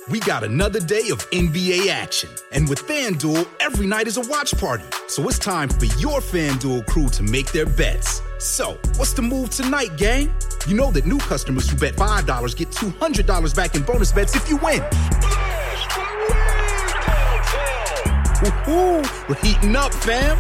We got another day of NBA action. And with FanDuel, every night is a watch party. So it's time for your FanDuel crew to make their bets. So, what's the move tonight, gang? You know that new customers who bet $5 get $200 back in bonus bets if you win. Woohoo! We're heating up, fam!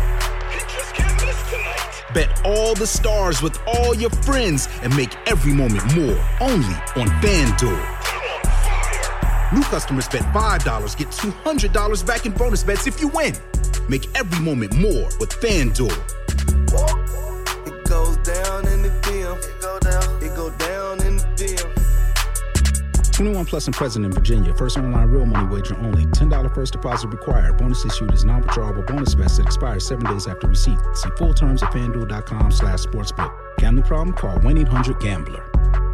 Bet all the stars with all your friends and make every moment more. Only on FanDuel. New customers bet $5, get $200 back in bonus bets if you win. Make every moment more with FanDuel. It goes down in the DM. It go down in the DM. 21 plus and present in Virginia. First online real money wager only. $10 first deposit required. Bonus issued is non-withdrawable bonus bets that expires 7 days after receipt. See full terms at FanDuel.com/sportsbook. Gambling problem? Call 1-800-GAMBLER.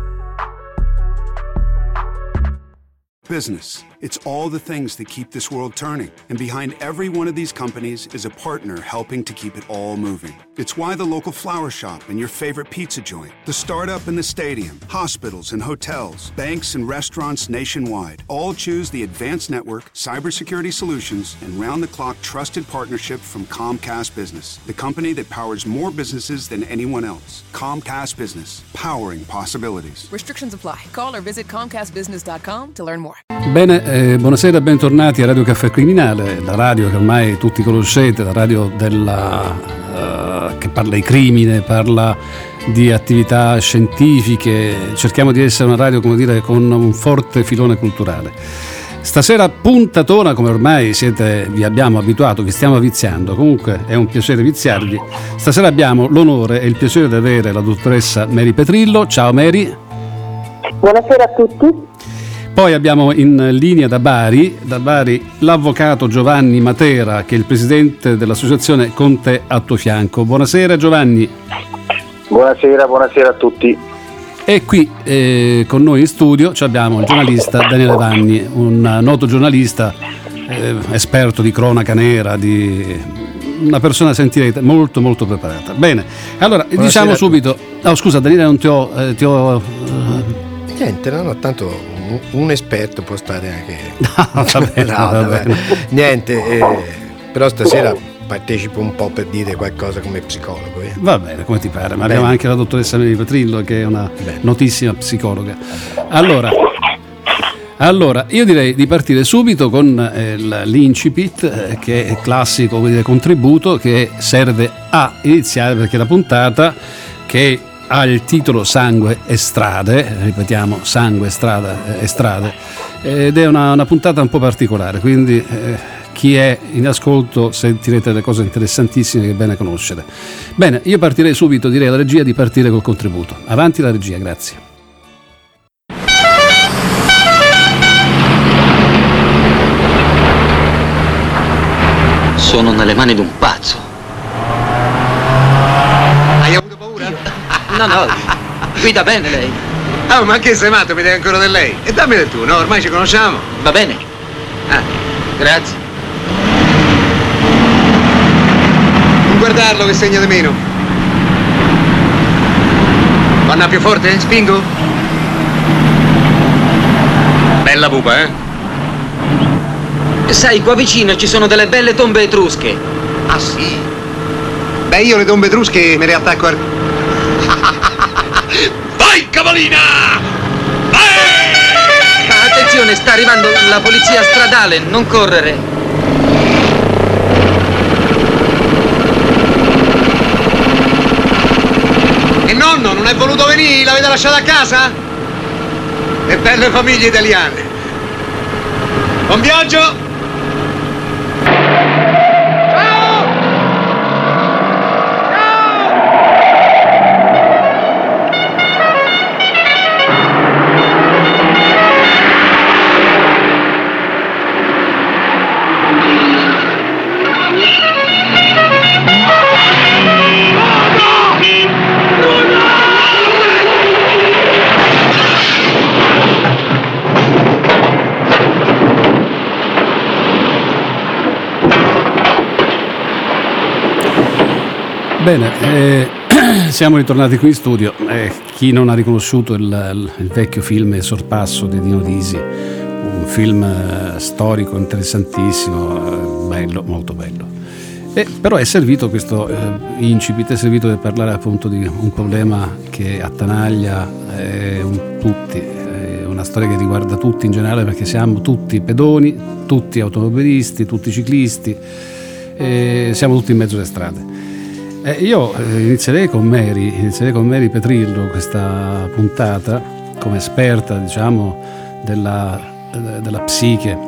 Business. It's all the things that keep this world turning. And behind every one of these companies is a partner helping to keep it all moving. It's why the local flower shop and your favorite pizza joint, the startup and the stadium, hospitals and hotels, banks and restaurants nationwide all choose the advanced network, cybersecurity solutions, and round-the-clock trusted partnership from Comcast Business, the company that powers more businesses than anyone else. Comcast Business, powering possibilities. Restrictions apply. Call or visit comcastbusiness.com to learn more. Bene, buonasera, bentornati a Radio Caffè Criminale, la radio che ormai tutti conoscete, la radio che parla di crimine, parla di attività scientifiche. Cerchiamo di essere una radio, come dire, con un forte filone culturale. Stasera puntatona, come ormai vi abbiamo abituato, vi stiamo viziando, comunque è un piacere viziarvi. Stasera abbiamo l'onore e il piacere di avere la dottoressa Mary Petrillo. Ciao Mary. Buonasera a tutti. Poi abbiamo in linea da Bari l'avvocato Giovanni Matera, che è il presidente dell'associazione Con te a tuo fianco. Buonasera Giovanni. Buonasera a tutti. E qui con noi in studio abbiamo il giornalista Daniele Vanni, un noto giornalista, esperto di cronaca nera, una persona, sentirete, molto molto preparata. Bene, allora diciamo subito. Oh, scusa Daniele, non ti ho Niente, no, tanto un esperto può stare anche. Va bene. Niente, però stasera partecipo un po' per dire qualcosa come psicologo. Va bene, come ti pare, ma abbiamo anche la dottoressa Mary Petrillo, che è una notissima psicologa. Allora, io direi di partire subito con l'incipit, che è classico, come dire, contributo che serve a iniziare, perché la puntata, che ha il titolo Sangue e strade, ripetiamo, Sangue, strada e strade, ed è una puntata un po' particolare, quindi chi è in ascolto sentirete delle cose interessantissime che è bene conoscere. Bene, io partirei subito, direi alla regia di partire col contributo. Avanti la regia, grazie. Sono nelle mani di un pazzo. Hai avuto paura? No, guida bene lei. Oh, ma che sei matto, mi dai ancora del lei? E dammi del tu, no? Ormai ci conosciamo. Va bene. Grazie. Non guardarlo che segna di meno. Vanna più forte? Spingo? Bella pupa, eh? Sai, qua vicino ci sono delle belle tombe etrusche. Ah, sì? Beh, io le tombe etrusche me le attacco a... Vai, cavalina! Vai! Attenzione, sta arrivando la polizia stradale, non correre. E nonno non è voluto venire? L'avete lasciata a casa? Le belle famiglie italiane. Buon viaggio! Bene, siamo ritornati qui in studio. Chi non ha riconosciuto il vecchio film Il sorpasso di Dino Risi, un film storico interessantissimo, bello, molto bello. Però è servito questo incipit, è servito per parlare appunto di un problema che attanaglia tutti, una storia che riguarda tutti in generale, perché siamo tutti pedoni, tutti automobilisti, tutti ciclisti, siamo tutti in mezzo alle strade. Io inizierei con Mary Petrillo questa puntata come esperta, diciamo, della psiche.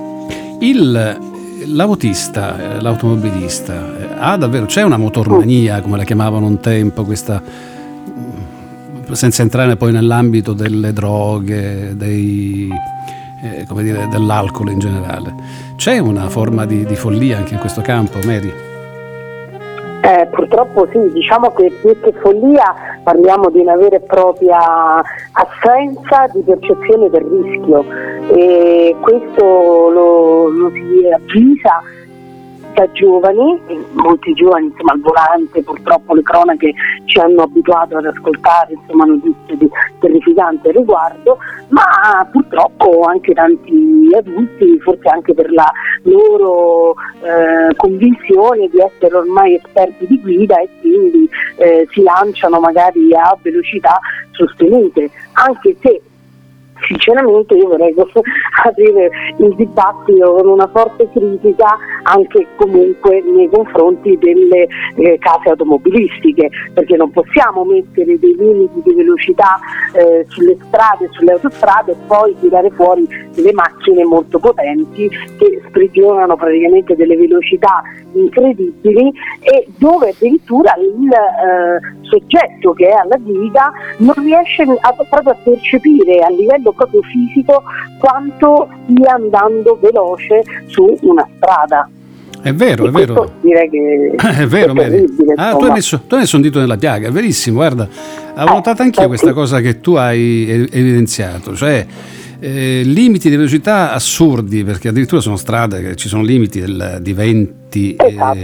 L'autista, l'automobilista ha davvero, c'è una motormania, come la chiamavano un tempo, questa, senza entrare poi nell'ambito delle droghe, dell'alcol in generale. C'è una forma di follia anche in questo campo, Mary? Purtroppo sì, diciamo che più che follia parliamo di una vera e propria assenza di percezione del rischio, e questo lo si avvisa da giovani, molti giovani insomma al volante. Purtroppo le cronache ci hanno abituato ad ascoltare insomma notizie terrificanti al riguardo, ma purtroppo anche tanti adulti, forse anche per la loro convinzione di essere ormai esperti di guida, e quindi si lanciano magari a velocità sostenute, anche se sinceramente io vorrei aprire il dibattito con una forte critica anche comunque nei confronti delle case automobilistiche, perché non possiamo mettere dei limiti di velocità sulle strade, sulle autostrade, e poi tirare fuori delle macchine molto potenti che sprigionano praticamente delle velocità incredibili, e dove addirittura il soggetto che è alla guida non riesce proprio a percepire a livello proprio fisico quanto stia andando veloce su una strada. È vero, è vero. Direi che è vero, Mary. Tu hai messo un dito nella piaga, è verissimo. Guarda, avevo notato anch'io questa cosa che tu hai evidenziato, cioè limiti di velocità assurdi, perché addirittura sono strade che ci sono limiti di 20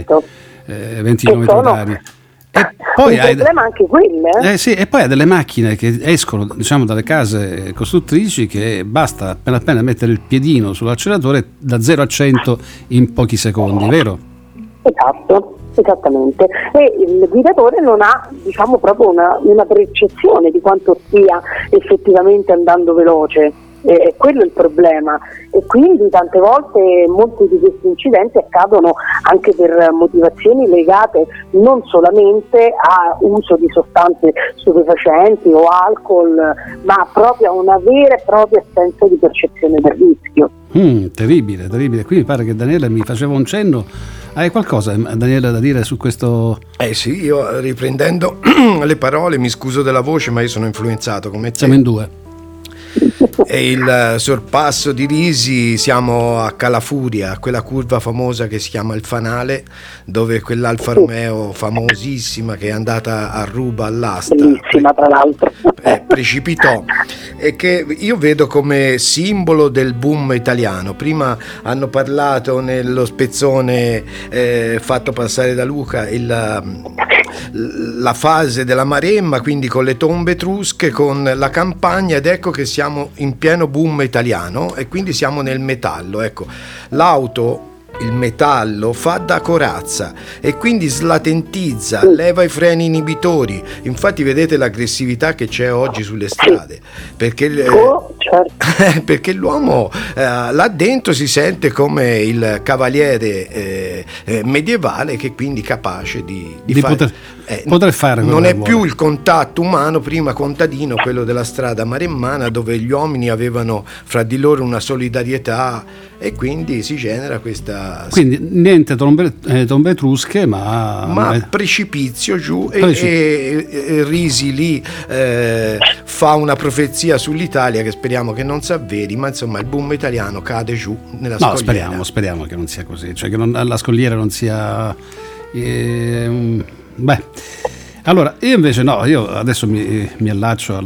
km/h. E poi il problema è anche quello. Sì, e poi hai delle macchine che escono, diciamo, dalle case costruttrici, che basta appena mettere il piedino sull'acceleratore da 0 a 100 in pochi secondi, vero? Esatto, esattamente. E il guidatore non ha, diciamo, proprio una percezione di quanto stia effettivamente andando veloce. Quello è il problema, e quindi tante volte molti di questi incidenti accadono anche per motivazioni legate non solamente a uso di sostanze stupefacenti o alcol, ma proprio a una vera e propria assenza di percezione del rischio. Terribile. Qui mi pare che Daniele mi faceva un cenno. Hai qualcosa, Daniele, da dire su questo? Sì, io riprendendo le parole, mi scuso della voce, ma io sono influenzato come te. Siamo in due. E il sorpasso di Risi, siamo a Calafuria, quella curva famosa che si chiama il Fanale, dove quell'Alfa Romeo famosissima che è andata a ruba all'asta, bellissima tra l'altro, precipitò, e che io vedo come simbolo del boom italiano. Prima hanno parlato nello spezzone fatto passare da Luca la fase della Maremma, quindi con le tombe etrusche, con la campagna, ed ecco che siamo in pieno boom italiano, e quindi siamo nel metallo. Ecco, l'auto, il metallo, fa da corazza e quindi slatentizza, leva i freni inibitori. Infatti vedete l'aggressività che c'è oggi sulle strade, perché perché l'uomo là dentro si sente come il cavaliere medievale, che quindi capace di poter fare. Non è più il contatto umano, prima contadino, quello della strada maremmana, dove gli uomini avevano fra di loro una solidarietà, e quindi si genera questa... Quindi niente tombe etrusche, ma precipizio giù. E Risi lì fa una profezia sull'Italia che speriamo che non si avveri, ma insomma il boom italiano cade giù nella scogliera. Speriamo che non sia così, cioè che la scogliera non sia... Allora, io invece no, io adesso mi allaccio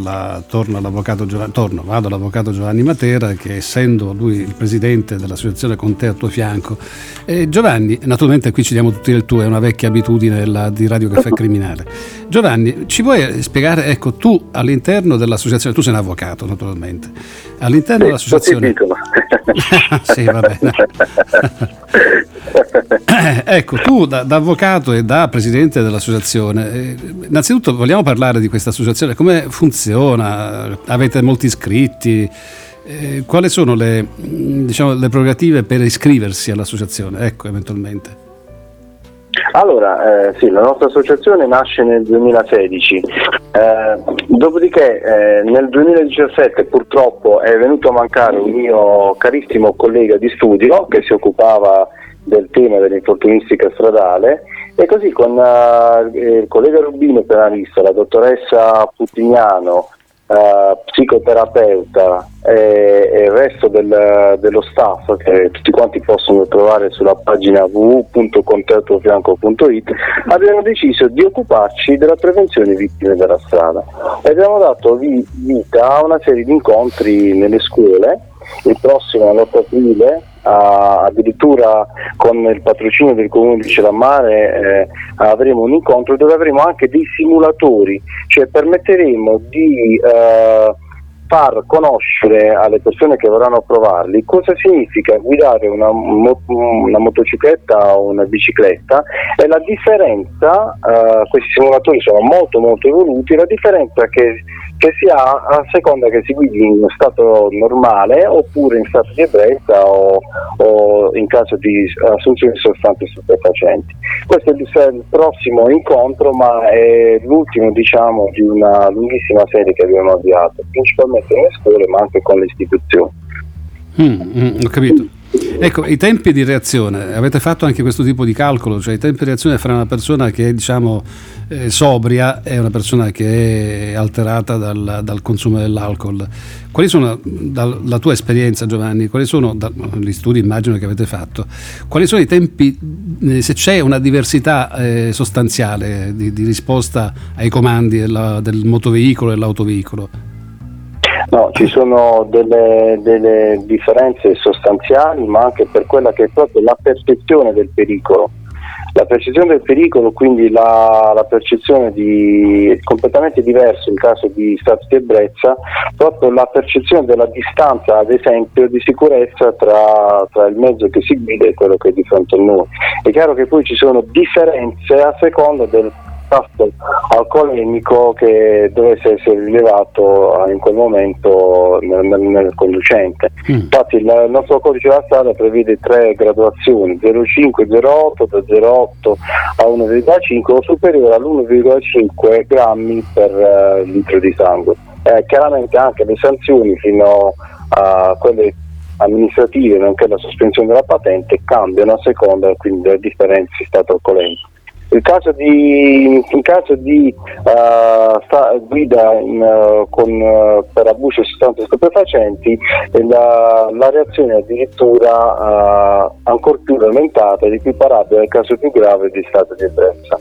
vado all'avvocato Giovanni Matera, che essendo lui il presidente dell'associazione Con te al tuo fianco. Giovanni, naturalmente qui ci diamo tutti del tuo, è una vecchia abitudine di Radio Caffè Criminale. Giovanni, ci vuoi spiegare, ecco, tu all'interno dell'associazione, tu sei un avvocato naturalmente, all'interno dell'associazione... Sì, va bene. Ecco, tu da avvocato e da presidente dell'associazione, innanzitutto vogliamo parlare di questa associazione, come funziona, avete molti iscritti, quali sono le prerogative per iscriversi all'associazione, ecco, eventualmente. Allora, sì, la nostra associazione nasce nel 2016, dopodiché nel 2017 purtroppo è venuto a mancare un mio carissimo collega di studio che si occupava del tema dell'infortunistica stradale, e così con il collega Rubino penalista, la dottoressa Putignano, psicoterapeuta e il resto dello staff, che tutti quanti possono trovare sulla pagina www.contealtuofianco.it, abbiamo deciso di occuparci della prevenzione vittime della strada e abbiamo dato vita a una serie di incontri nelle scuole. Il prossimo l'8 aprile addirittura con il patrocinio del comune di Celammare avremo un incontro dove avremo anche dei simulatori, cioè permetteremo di far conoscere alle persone che vorranno provarli cosa significa guidare una motocicletta o una bicicletta, e la differenza, questi simulatori sono molto molto evoluti, la differenza che si ha a seconda che si guidi in stato normale oppure in stato di ebbrezza o in caso di assunzione di sostanze stupefacenti. Questo è il prossimo incontro, ma è l'ultimo, diciamo, di una lunghissima serie che abbiamo avviato, principalmente nelle scuole ma anche con le istituzioni. Ho capito. Ecco, i tempi di reazione, avete fatto anche questo tipo di calcolo, cioè i tempi di reazione fra una persona che è, diciamo, sobria e una persona che è alterata dal consumo dell'alcol? Quali sono, dalla tua esperienza, Giovanni, quali sono, gli studi immagino che avete fatto, quali sono i tempi, se c'è una diversità sostanziale di risposta ai comandi del motoveicolo e dell'autoveicolo? No, ci sono delle differenze sostanziali, ma anche per quella che è proprio la percezione del pericolo. La percezione del pericolo, quindi la percezione completamente diversa in caso di stato di ebbrezza, proprio la percezione della distanza, ad esempio, di sicurezza tra il mezzo che si guida e quello che è di fronte a noi. È chiaro che poi ci sono differenze a seconda del tasso alcolemico che dovesse essere rilevato in quel momento nel conducente. Infatti il nostro codice della strada prevede 3 graduazioni, 0,5, 0,8, da 0,8 a 1,5 o superiore all'1,5 grammi per litro di sangue. Chiaramente anche le sanzioni fino a quelle amministrative, nonché la sospensione della patente, cambiano a seconda quindi delle differenze di stato alcolemico. In caso di guida per abuso di sostanze stupefacenti, la reazione è addirittura ancora più aumentata ed equiparabile al caso più grave di stato di ebbrezza.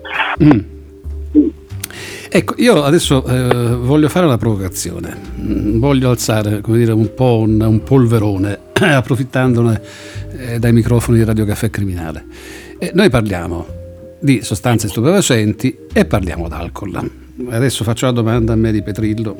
Ecco, io adesso voglio fare una provocazione, voglio alzare, come dire, un po' un polverone, approfittandone dai microfoni di Radio Caffè Criminale. Noi parliamo di sostanze stupefacenti e parliamo d'alcol. Adesso faccio la domanda a Mary Petrillo.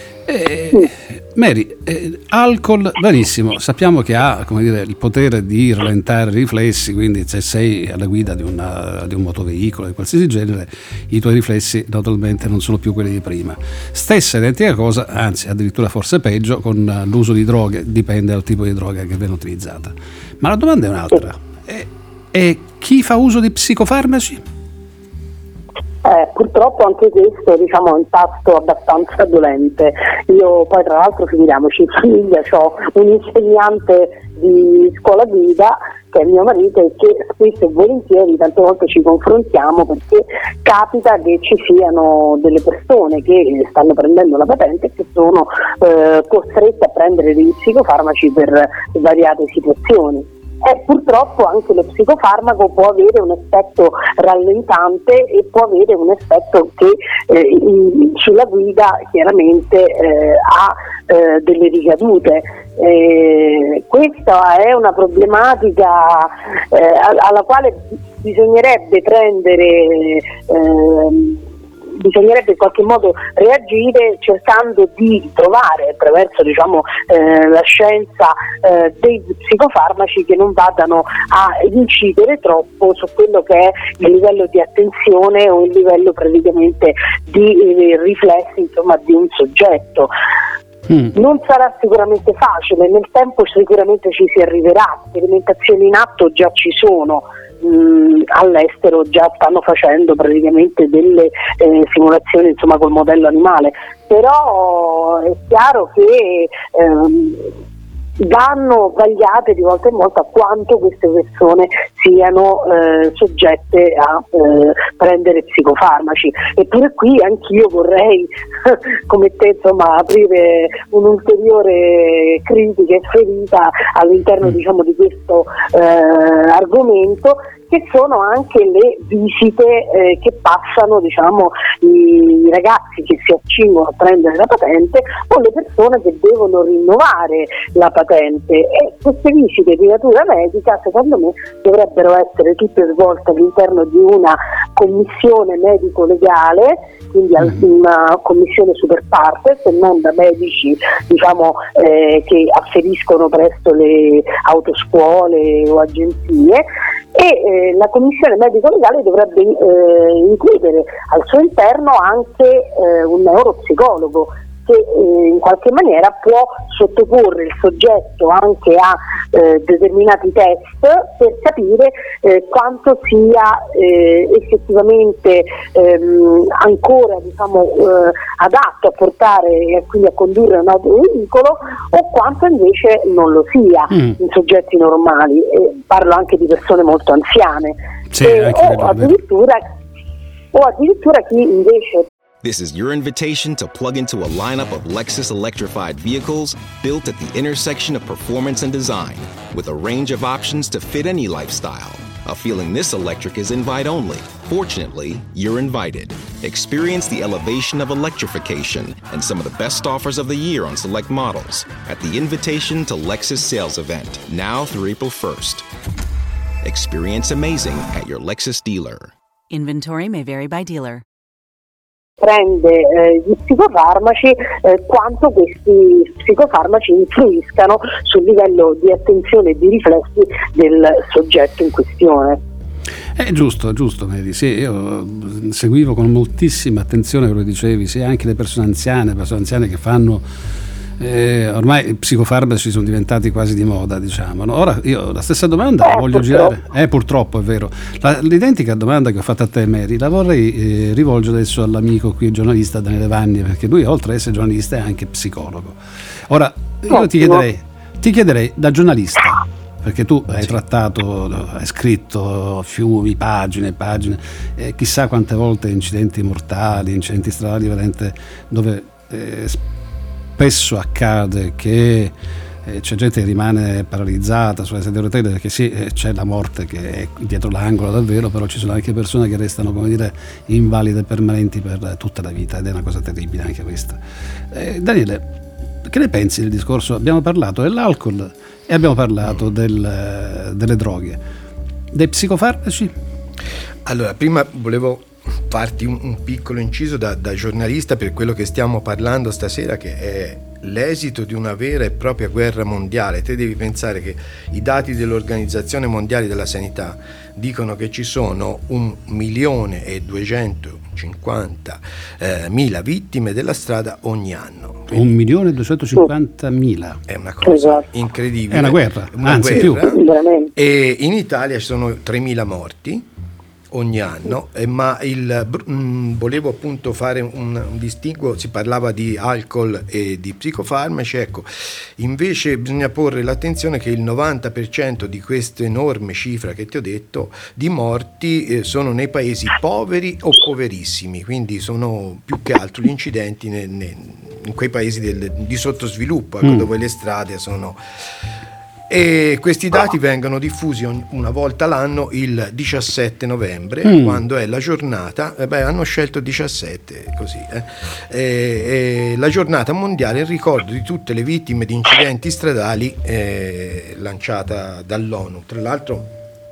Mary, alcol, benissimo, sappiamo che ha, come dire, il potere di rallentare i riflessi, quindi se sei alla guida di un motoveicolo di qualsiasi genere, i tuoi riflessi naturalmente non sono più quelli di prima. Stessa identica cosa, anzi addirittura forse peggio, con l'uso di droghe, dipende dal tipo di droga che viene utilizzata. Ma la domanda è un'altra. E chi fa uso di psicofarmaci? Purtroppo anche questo, diciamo, è un tasto abbastanza dolente. Io poi, tra l'altro, figuriamoci, in famiglia ho un insegnante di scuola guida che è mio marito e che spesso e volentieri tante volte ci confrontiamo perché capita che ci siano delle persone che stanno prendendo la patente e che sono costrette a prendere degli psicofarmaci per svariate situazioni. purtroppo anche lo psicofarmaco può avere un effetto rallentante e può avere un effetto che sulla guida chiaramente ha delle ricadute. Questa è una problematica alla quale bisognerebbe in qualche modo reagire, cercando di trovare attraverso la scienza dei psicofarmaci che non vadano a incidere troppo su quello che è il livello di attenzione o il livello praticamente di riflessi di un soggetto. Non sarà sicuramente facile, nel tempo sicuramente ci si arriverà, sperimentazioni in atto già ci sono. All'estero già stanno facendo praticamente delle simulazioni col modello animale, però è chiaro che vanno vagliate di volta in volta quanto queste persone siano soggette a prendere psicofarmaci. Eppure qui anch'io vorrei come te aprire un'ulteriore critica e ferita all'interno di questo argomento, che sono anche le visite che passano i ragazzi che si accingono a prendere la patente o le persone che devono rinnovare la patente, e queste visite di natura medica secondo me dovrebbero essere tutte svolte all'interno di una commissione medico-legale, quindi una commissione super partes, e non da medici che afferiscono presso le autoscuole o agenzie. E la commissione medico-legale dovrebbe includere al suo interno anche un neuropsicologo che in qualche maniera può sottoporre il soggetto anche a determinati test per capire quanto sia effettivamente ancora adatto a portare e quindi a condurre un autoveicolo, o quanto invece non lo sia in soggetti normali. Parlo anche di persone molto anziane, o addirittura chi invece. This is your invitation to plug into a lineup of Lexus electrified vehicles built at the intersection of performance and design, with a range of options to fit any lifestyle. A feeling this electric is invite only. Fortunately, you're invited. Experience the elevation of electrification and some of the best offers of the year on select models at the Invitation to Lexus sales event, now through April 1st. Experience amazing at your Lexus dealer. Inventory may vary by dealer. Prende gli psicofarmaci, quanto questi psicofarmaci influiscano sul livello di attenzione e di riflessi del soggetto in questione. È giusto, Mary. Sì, io seguivo con moltissima attenzione quello che dicevi, sì, anche le persone anziane che fanno ormai i psicofarmaci sono diventati quasi di moda, no? Ora io la stessa domanda la voglio girare, purtroppo è vero, l'identica domanda che ho fatto a te, Mary, la vorrei rivolgere adesso all'amico qui, giornalista Daniele Vanni, perché lui oltre ad essere giornalista è anche psicologo. Ora io ti chiederei da giornalista, perché tu hai trattato, hai scritto fiumi, pagine, chissà quante volte incidenti mortali, incidenti stradali veramente, dove spesso accade che c'è gente che rimane paralizzata sulle sedie a rotelle, perché sì, c'è la morte che è dietro l'angolo davvero, però ci sono anche persone che restano, invalide permanenti per tutta la vita, ed è una cosa terribile anche questa. Daniele, che ne pensi del discorso? Abbiamo parlato dell'alcol e abbiamo parlato delle droghe, dei psicofarmaci. Allora, prima volevo farti un piccolo inciso da giornalista per quello che stiamo parlando stasera, che è l'esito di una vera e propria guerra mondiale. Te devi pensare che i dati dell'Organizzazione Mondiale della Sanità dicono che ci sono 1.250.000 vittime della strada ogni anno. 1.250.000. È una cosa incredibile. È una guerra, anzi più. E in Italia ci sono 3.000 morti ogni anno, ma volevo appunto fare un distinguo. Si parlava di alcol e di psicofarmaci, ecco, invece bisogna porre l'attenzione che il 90% di questa enorme cifra che ti ho detto di morti sono nei paesi poveri o poverissimi, quindi sono più che altro gli incidenti in quei paesi di sottosviluppo, ecco, dove le strade sono E questi dati vengono diffusi una volta l'anno il 17 novembre, quando è la giornata, hanno scelto 17 così, la giornata mondiale in ricordo di tutte le vittime di incidenti stradali lanciata dall'ONU. Tra l'altro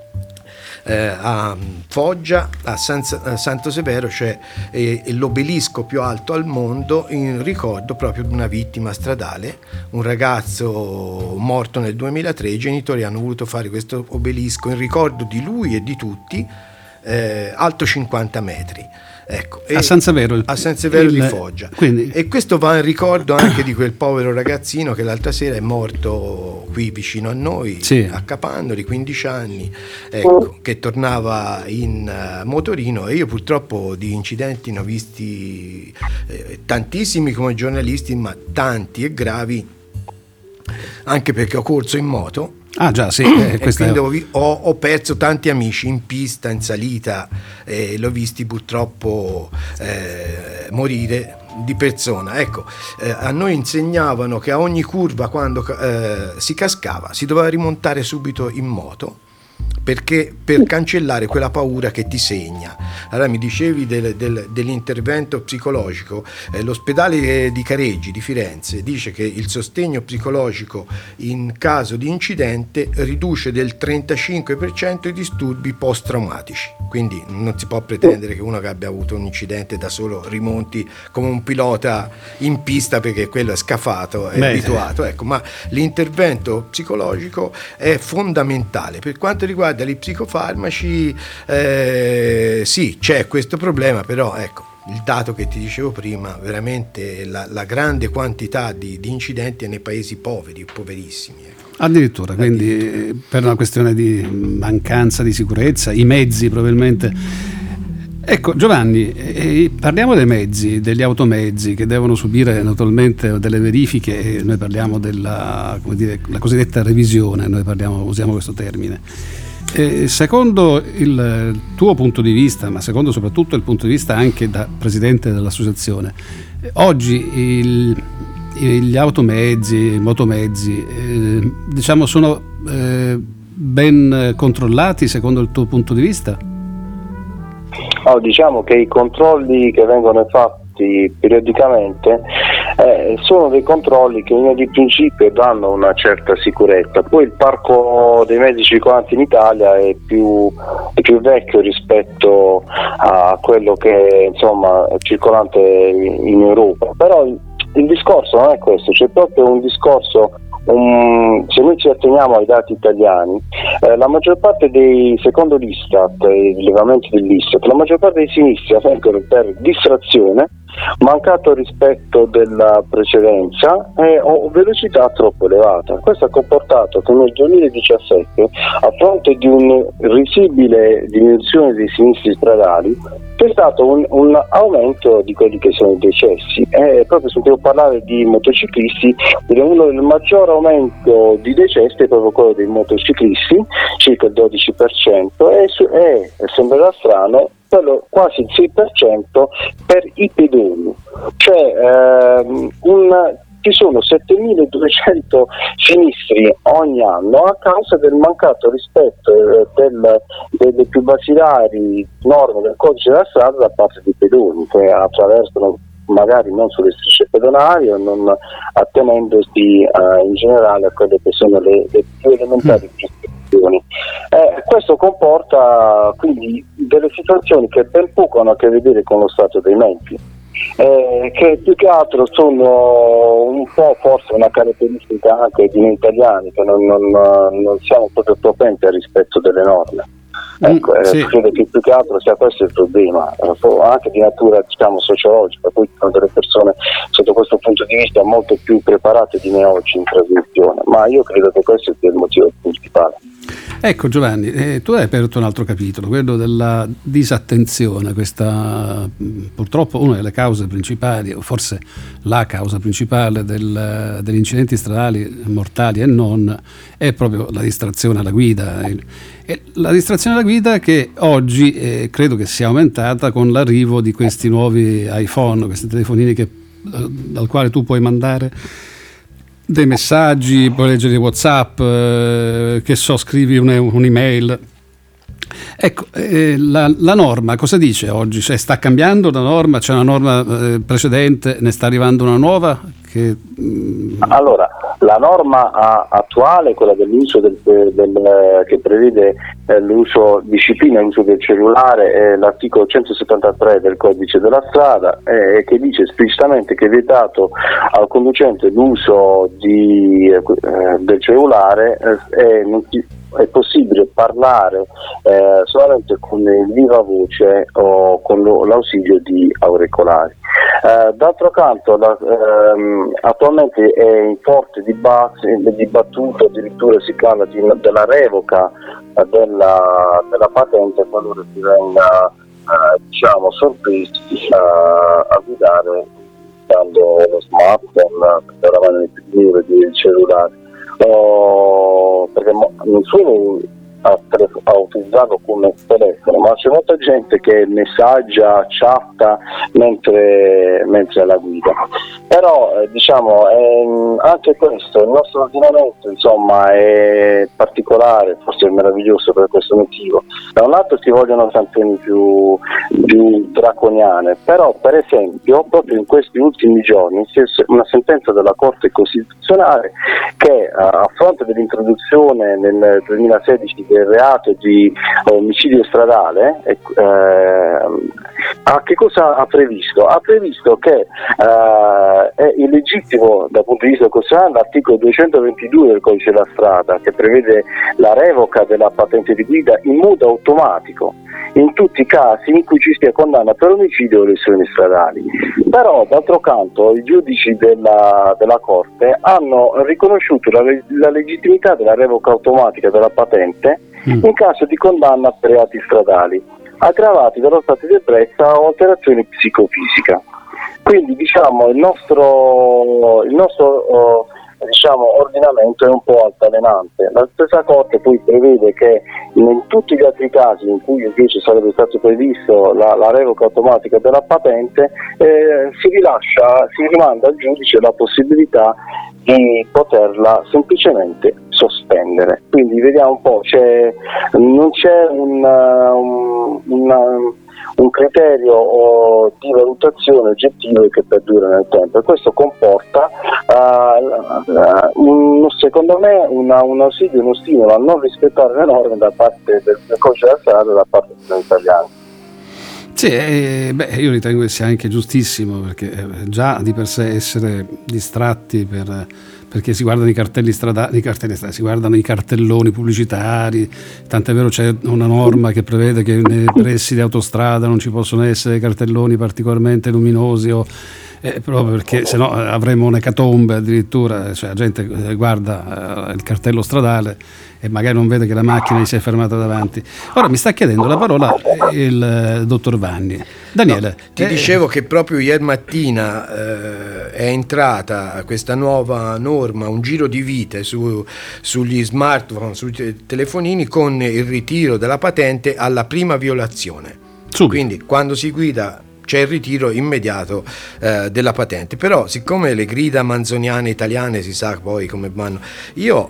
a Foggia, a Santo Severo, c'è l'obelisco più alto al mondo in ricordo proprio di una vittima stradale, un ragazzo morto nel 2003. I genitori hanno voluto fare questo obelisco in ricordo di lui e di tutti, alto 50 metri. Ecco, a San Severo, di Foggia. Quindi. E questo va in ricordo anche di quel povero ragazzino che l'altra sera è morto qui vicino a noi, a Capannori, 15 anni, ecco, che tornava in motorino. E io purtroppo di incidenti ne ho visti tantissimi come giornalisti, ma tanti e gravi, anche perché ho corso in moto. Ah già, sì. Quindi ho perso tanti amici in pista, in salita, l'ho visti purtroppo morire di persona. Ecco, a noi insegnavano che a ogni curva, quando si cascava, si doveva rimontare subito in moto, perché per cancellare quella paura che ti segna. Allora mi dicevi dell'intervento psicologico, l'ospedale di Careggi di Firenze dice che il sostegno psicologico in caso di incidente riduce del 35% i disturbi post-traumatici, quindi non si può pretendere che uno che abbia avuto un incidente da solo rimonti come un pilota in pista, perché quello è scafato, è abituato, ecco. Ma l'intervento psicologico è fondamentale. Per quanto riguarda gli psicofarmaci, sì, c'è questo problema, però ecco, il dato che ti dicevo prima, veramente la grande quantità di incidenti è nei paesi poveri, poverissimi, ecco. Addirittura, quindi per una questione di mancanza di sicurezza, i mezzi probabilmente. Ecco Giovanni, parliamo dei mezzi, degli automezzi che devono subire naturalmente delle verifiche. Noi parliamo della, la cosiddetta revisione, usiamo questo termine. Secondo il tuo punto di vista, ma secondo soprattutto il punto di vista anche da presidente dell'associazione, oggi gli automezzi, i motomezzi, diciamo sono ben controllati secondo il tuo punto di vista? Diciamo che i controlli che vengono fatti periodicamente sono dei controlli che in linea di principio danno una certa sicurezza. Poi il parco dei mezzi circolanti in Italia è più vecchio rispetto a quello che insomma è circolante in Europa, però il discorso non è questo, c'è proprio un discorso. Se noi ci atteniamo ai dati italiani, la maggior parte secondo l'Istat, i rilevamenti dell'Istat, la maggior parte dei sinistri avvengono per distrazione, mancato rispetto della precedenza o velocità troppo elevata. Questo ha comportato che nel 2017, a fronte di un risibile diminuzione dei sinistri stradali, c'è stato un aumento di quelli che sono i decessi. Proprio sentivo parlare di motociclisti, uno del maggior aumento di decessi è proprio quello dei motociclisti, circa il 12%, e sembrerà strano, quello quasi il 6% per i pedoni. Cioè ci sono 7.200 sinistri ogni anno a causa del mancato rispetto delle più basilari norme del codice della strada da parte dei pedoni, che attraversano magari non sulle strisce pedonali o non attenendosi in generale a quelle che sono le più elementari prescrizioni. Questo comporta quindi delle situazioni che ben poco hanno a che vedere con lo stato dei mezzi, che più che altro sono un po' forse una caratteristica anche di noi italiani, che non siamo proprio propensi al rispetto delle norme. Ecco, sì. Credo che più che altro sia questo il problema, anche di natura diciamo sociologica. Poi sono delle persone sotto questo punto di vista molto più preparate di me oggi in trasmissione, ma io credo che questo sia il motivo principale. Ecco Giovanni, tu hai aperto un altro capitolo, quello della disattenzione. Questa purtroppo una delle cause principali, o forse la causa principale degli incidenti stradali mortali e non, è proprio la distrazione alla guida. E la distrazione alla guida che oggi credo che sia aumentata con l'arrivo di questi nuovi iPhone, questi telefonini dal quale tu puoi mandare dei messaggi, puoi leggere i WhatsApp, che so, scrivi un'email. Ecco, la norma cosa dice oggi? Cioè, sta cambiando la norma? C'è una norma precedente, ne sta arrivando una nuova? Allora, la norma attuale, quella dell'uso che prevede disciplina l'uso del cellulare, è l'articolo 173 del codice della strada, che dice esplicitamente che è vietato al conducente l'uso del cellulare, è possibile parlare solamente con il viva voce o con l'ausilio di auricolari. D'altro canto attualmente è in forte dibattuto, addirittura si parla della revoca della patente qualora si venga sorpresi a guidare usando lo smartphone per la mano del cellulare, perché nessuno ha utilizzato come telefono, ma c'è molta gente che messaggia, chatta mentre alla guida. Però anche questo, il nostro ordinamento è particolare, forse è meraviglioso per questo motivo. Da un lato si vogliono sanzioni più draconiane, però per esempio proprio in questi ultimi giorni c'è una sentenza della Corte Costituzionale che a fronte dell'introduzione nel 2016 del reato di omicidio stradale, che cosa ha previsto? Ha previsto che è illegittimo dal punto di vista costituzionale l'articolo 222 del codice della strada, che prevede la revoca della patente di guida in modo automatico in tutti i casi in cui ci sia condanna per omicidio o lesioni stradali. Però d'altro canto i giudici della Corte hanno riconosciuto la legittimità della revoca automatica della patente in caso di condanna per reati stradali aggravati dallo stato di ebbrezza o alterazione psicofisica. Quindi il nostro ordinamento è un po' altalenante. La stessa Corte poi prevede che in tutti gli altri casi in cui invece sarebbe stato previsto la revoca automatica della patente, si rimanda al giudice la possibilità di poterla semplicemente sospendere. Quindi vediamo un po', non c'è un criterio di valutazione oggettivo che perdura nel tempo, e questo comporta secondo me un ausilio, uno stimolo a non rispettare le norme da parte del codice della strada, da parte degli italiani. Sì, io ritengo che sia anche giustissimo, perché già di per sé essere distratti perché si guardano i cartelli stradali, si guardano i cartelloni pubblicitari, tant'è vero c'è una norma che prevede che nei pressi di autostrada non ci possono essere cartelloni particolarmente luminosi proprio perché sennò avremo un'ecatombe addirittura, cioè la gente guarda il cartello stradale e magari non vede che la macchina gli si è fermata davanti. Ora mi sta chiedendo la parola il dottor Vanni. Daniele, ti dicevo che proprio ieri mattina è entrata questa nuova norma, un giro di vite sugli smartphone, sui telefonini, con il ritiro della patente alla prima violazione. Quindi quando si guida c'è il ritiro immediato della patente. Però siccome le grida manzoniane italiane si sa poi come vanno, io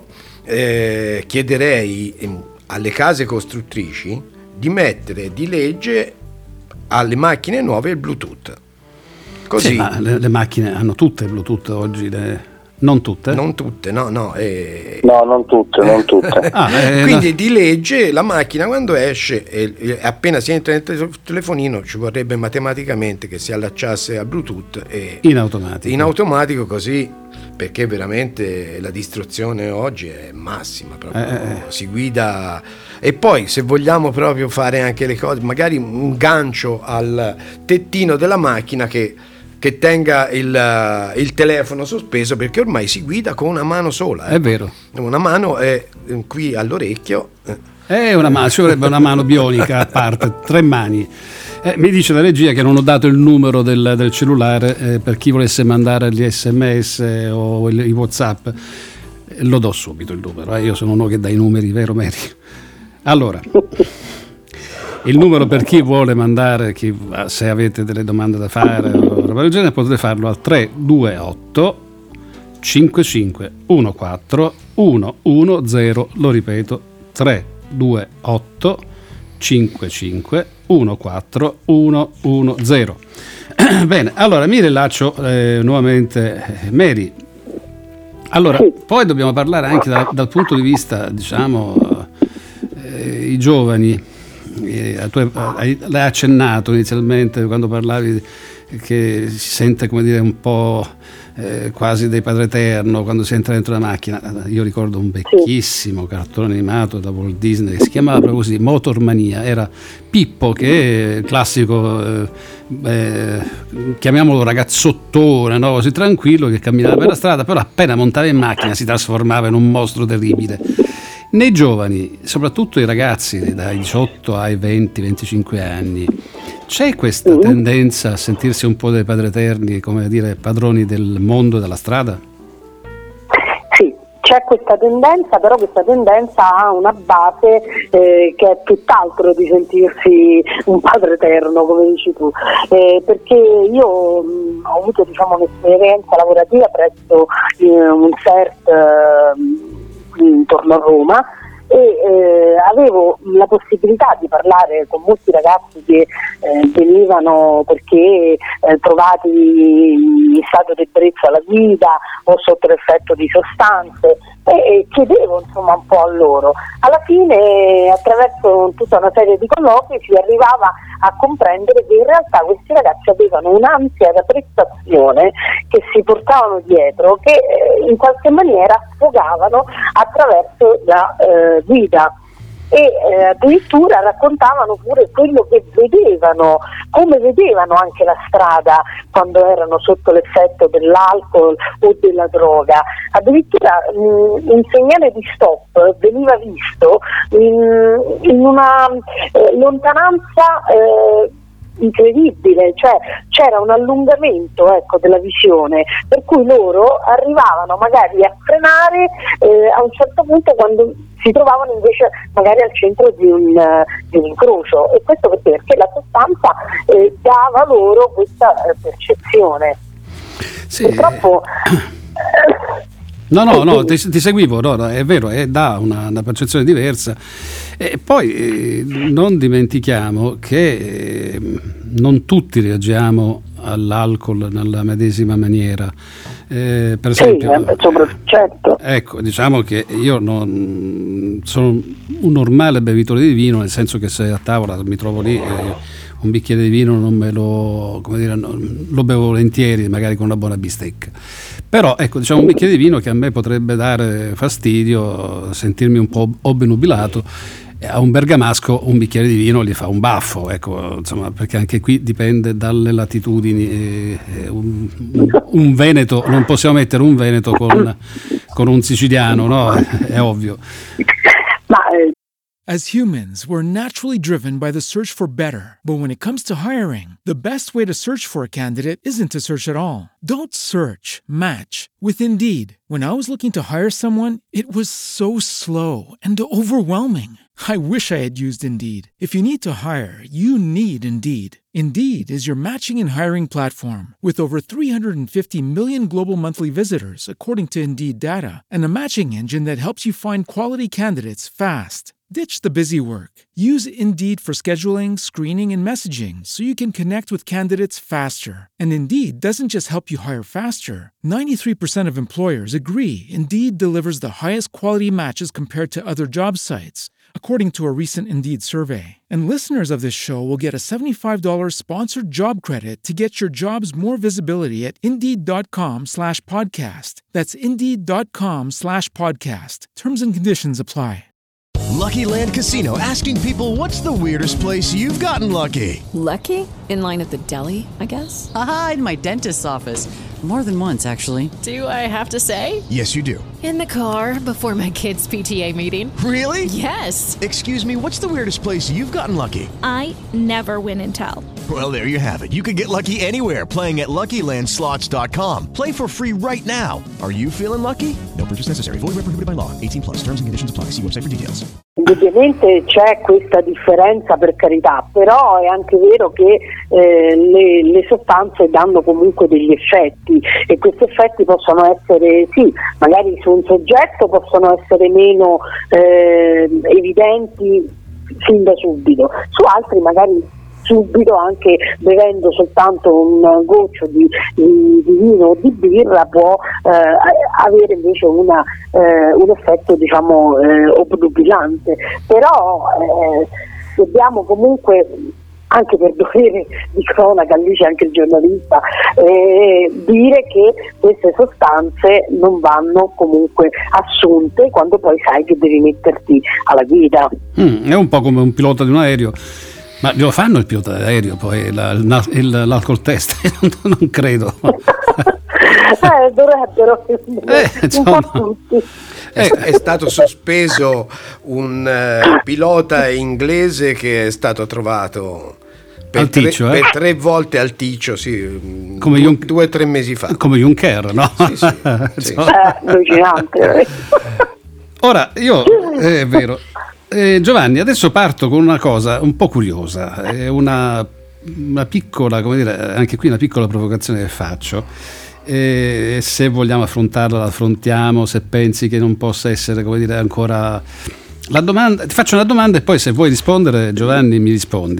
chiederei alle case costruttrici di mettere di legge alle macchine nuove il Bluetooth. Così. Sì, ma le macchine hanno tutte il Bluetooth oggi, non tutte? Non tutte, no. No, non tutte. Quindi di legge la macchina quando esce e appena si entra nel telefonino ci vorrebbe matematicamente che si allacciasse al Bluetooth in automatico, così, perché veramente la distruzione oggi è massima, proprio si guida. E poi se vogliamo proprio fare anche le cose, magari un gancio al tettino della macchina che tenga il telefono sospeso, perché ormai si guida con una mano sola. È vero. Una mano è qui all'orecchio. Ci vorrebbe una mano bionica a parte, 3 mani. Mi dice la regia che non ho dato il numero del cellulare per chi volesse mandare gli SMS o i WhatsApp. Lo do subito il numero, io sono uno che dà i numeri, vero Mary? Allora, il numero per chi vuole mandare, se avete delle domande da fare o roba del genere, potete farlo al 328 5514 110, lo ripeto, 328 55 14 110. Bene, allora mi rilaccio nuovamente, Mary. Allora, poi dobbiamo parlare anche dal punto di vista, diciamo, i giovani. L'hai accennato inizialmente quando parlavi che si sente, come dire, un po' quasi dei Padre Eterno quando si entra dentro la macchina. Io ricordo un vecchissimo cartone animato da Walt Disney che si chiamava proprio così, Motormania. Era Pippo, che è il classico chiamiamolo ragazzottone, no? Così tranquillo, che camminava per la strada, però appena montava in macchina si trasformava in un mostro terribile. Nei giovani, soprattutto i ragazzi dai 18 ai 20-25 anni, c'è questa tendenza a sentirsi un po' dei Padri Eterni, come dire, padroni del mondo e della strada? Sì, c'è questa tendenza, però questa tendenza ha una base che è tutt'altro di sentirsi un Padre Eterno, come dici tu, perché io ho avuto, diciamo, un'esperienza lavorativa presso un CERT intorno a Roma, e avevo la possibilità di parlare con molti ragazzi che venivano perché trovati in stato di ebbrezza alla guida o sotto l'effetto di sostanze, e chiedevo insomma un po' a loro. Alla fine, attraverso tutta una serie di colloqui, si arrivava a comprendere che in realtà questi ragazzi avevano un'ansia da prestazione che si portavano dietro, che in qualche maniera sfogavano attraverso la guida, e addirittura raccontavano pure quello che vedevano, come vedevano anche la strada quando erano sotto l'effetto dell'alcol o della droga. Addirittura un segnale di stop veniva visto in una lontananza incredibile, cioè c'era un allungamento, ecco, della visione, per cui loro arrivavano magari a frenare a un certo punto quando si trovavano invece magari al centro di un incrocio, e questo perché la sostanza dava loro questa percezione. Sì. Purtroppo No, ti seguivo, no, è vero, dà una percezione diversa. E poi non dimentichiamo che non tutti reagiamo all'alcol nella medesima maniera. Per esempio, certo. Ecco, diciamo che io non sono un normale bevitore di vino, nel senso che se a tavola mi trovo lì un bicchiere di vino non me lo, come dire, lo bevo volentieri, magari con una buona bistecca. Però ecco, diciamo, un bicchiere di vino che a me potrebbe dare fastidio, sentirmi un po' obnubilato, a un bergamasco un bicchiere di vino gli fa un baffo, ecco, insomma, perché anche qui dipende dalle latitudini. Un veneto, non possiamo mettere un veneto con un siciliano, no? È ovvio. As humans, we're naturally driven by the search for better. But when it comes to hiring, the best way to search for a candidate isn't to search at all. Don't search, match with Indeed. When I was looking to hire someone, it was so slow and overwhelming. I wish I had used Indeed. If you need to hire, you need Indeed. Indeed is your matching and hiring platform with over 350 million global monthly visitors, according to Indeed data, and a matching engine that helps you find quality candidates fast. Ditch the busy work. Use Indeed for scheduling, screening, and messaging so you can connect with candidates faster. And Indeed doesn't just help you hire faster. 93% of employers agree Indeed delivers the highest quality matches compared to other job sites, according to a recent Indeed survey. And listeners of this show will get a $75 sponsored job credit to get your jobs more visibility at Indeed.com/podcast. That's Indeed.com/podcast. Terms and conditions apply. Lucky Land Casino, asking people, what's the weirdest place you've gotten lucky? Lucky? In line at the deli, I guess? Aha, in my dentist's office. More than once, actually. Do I have to say? Yes, you do. In the car before my kids' PTA meeting. Really? Yes. Excuse me, what's the weirdest place you've gotten lucky? I never win and tell. Well, there you have it. You can get lucky anywhere, playing at LuckyLandSlots.com. Play for free right now. Are you feeling lucky? No purchase necessary. Void where prohibited by law. 18+. Terms and conditions apply. See website for details. Indubbiamente c'è questa differenza, per carità, però è anche vero che le sostanze danno comunque degli effetti, e questi effetti possono essere, sì, magari su un soggetto possono essere meno evidenti fin da subito, su altri magari subito, anche bevendo soltanto un goccio di vino o di birra, può avere invece un effetto, diciamo, obnubilante. Però dobbiamo comunque, anche per dovere di cronaca, lì c'è anche il giornalista, dire che queste sostanze non vanno comunque assunte quando poi sai che devi metterti alla guida. È un po' come un pilota di un aereo. Ma lo fanno il pilota dell'aereo poi l'alcol test? Non credo. Dovrebbero un po' tutti. È stato sospeso un pilota inglese che è stato trovato per 3 volte al Ticcio, sì, come 2 o 3 mesi fa. Come Juncker, no? Sì. Allucinante. Ora, è vero. Giovanni, adesso parto con una cosa un po' curiosa, una piccola, come dire, anche qui una piccola provocazione che faccio. Se vogliamo affrontarla, la affrontiamo. Se pensi che non possa essere, come dire, ancora la domanda, ti faccio una domanda e poi se vuoi rispondere, Giovanni, mi rispondi.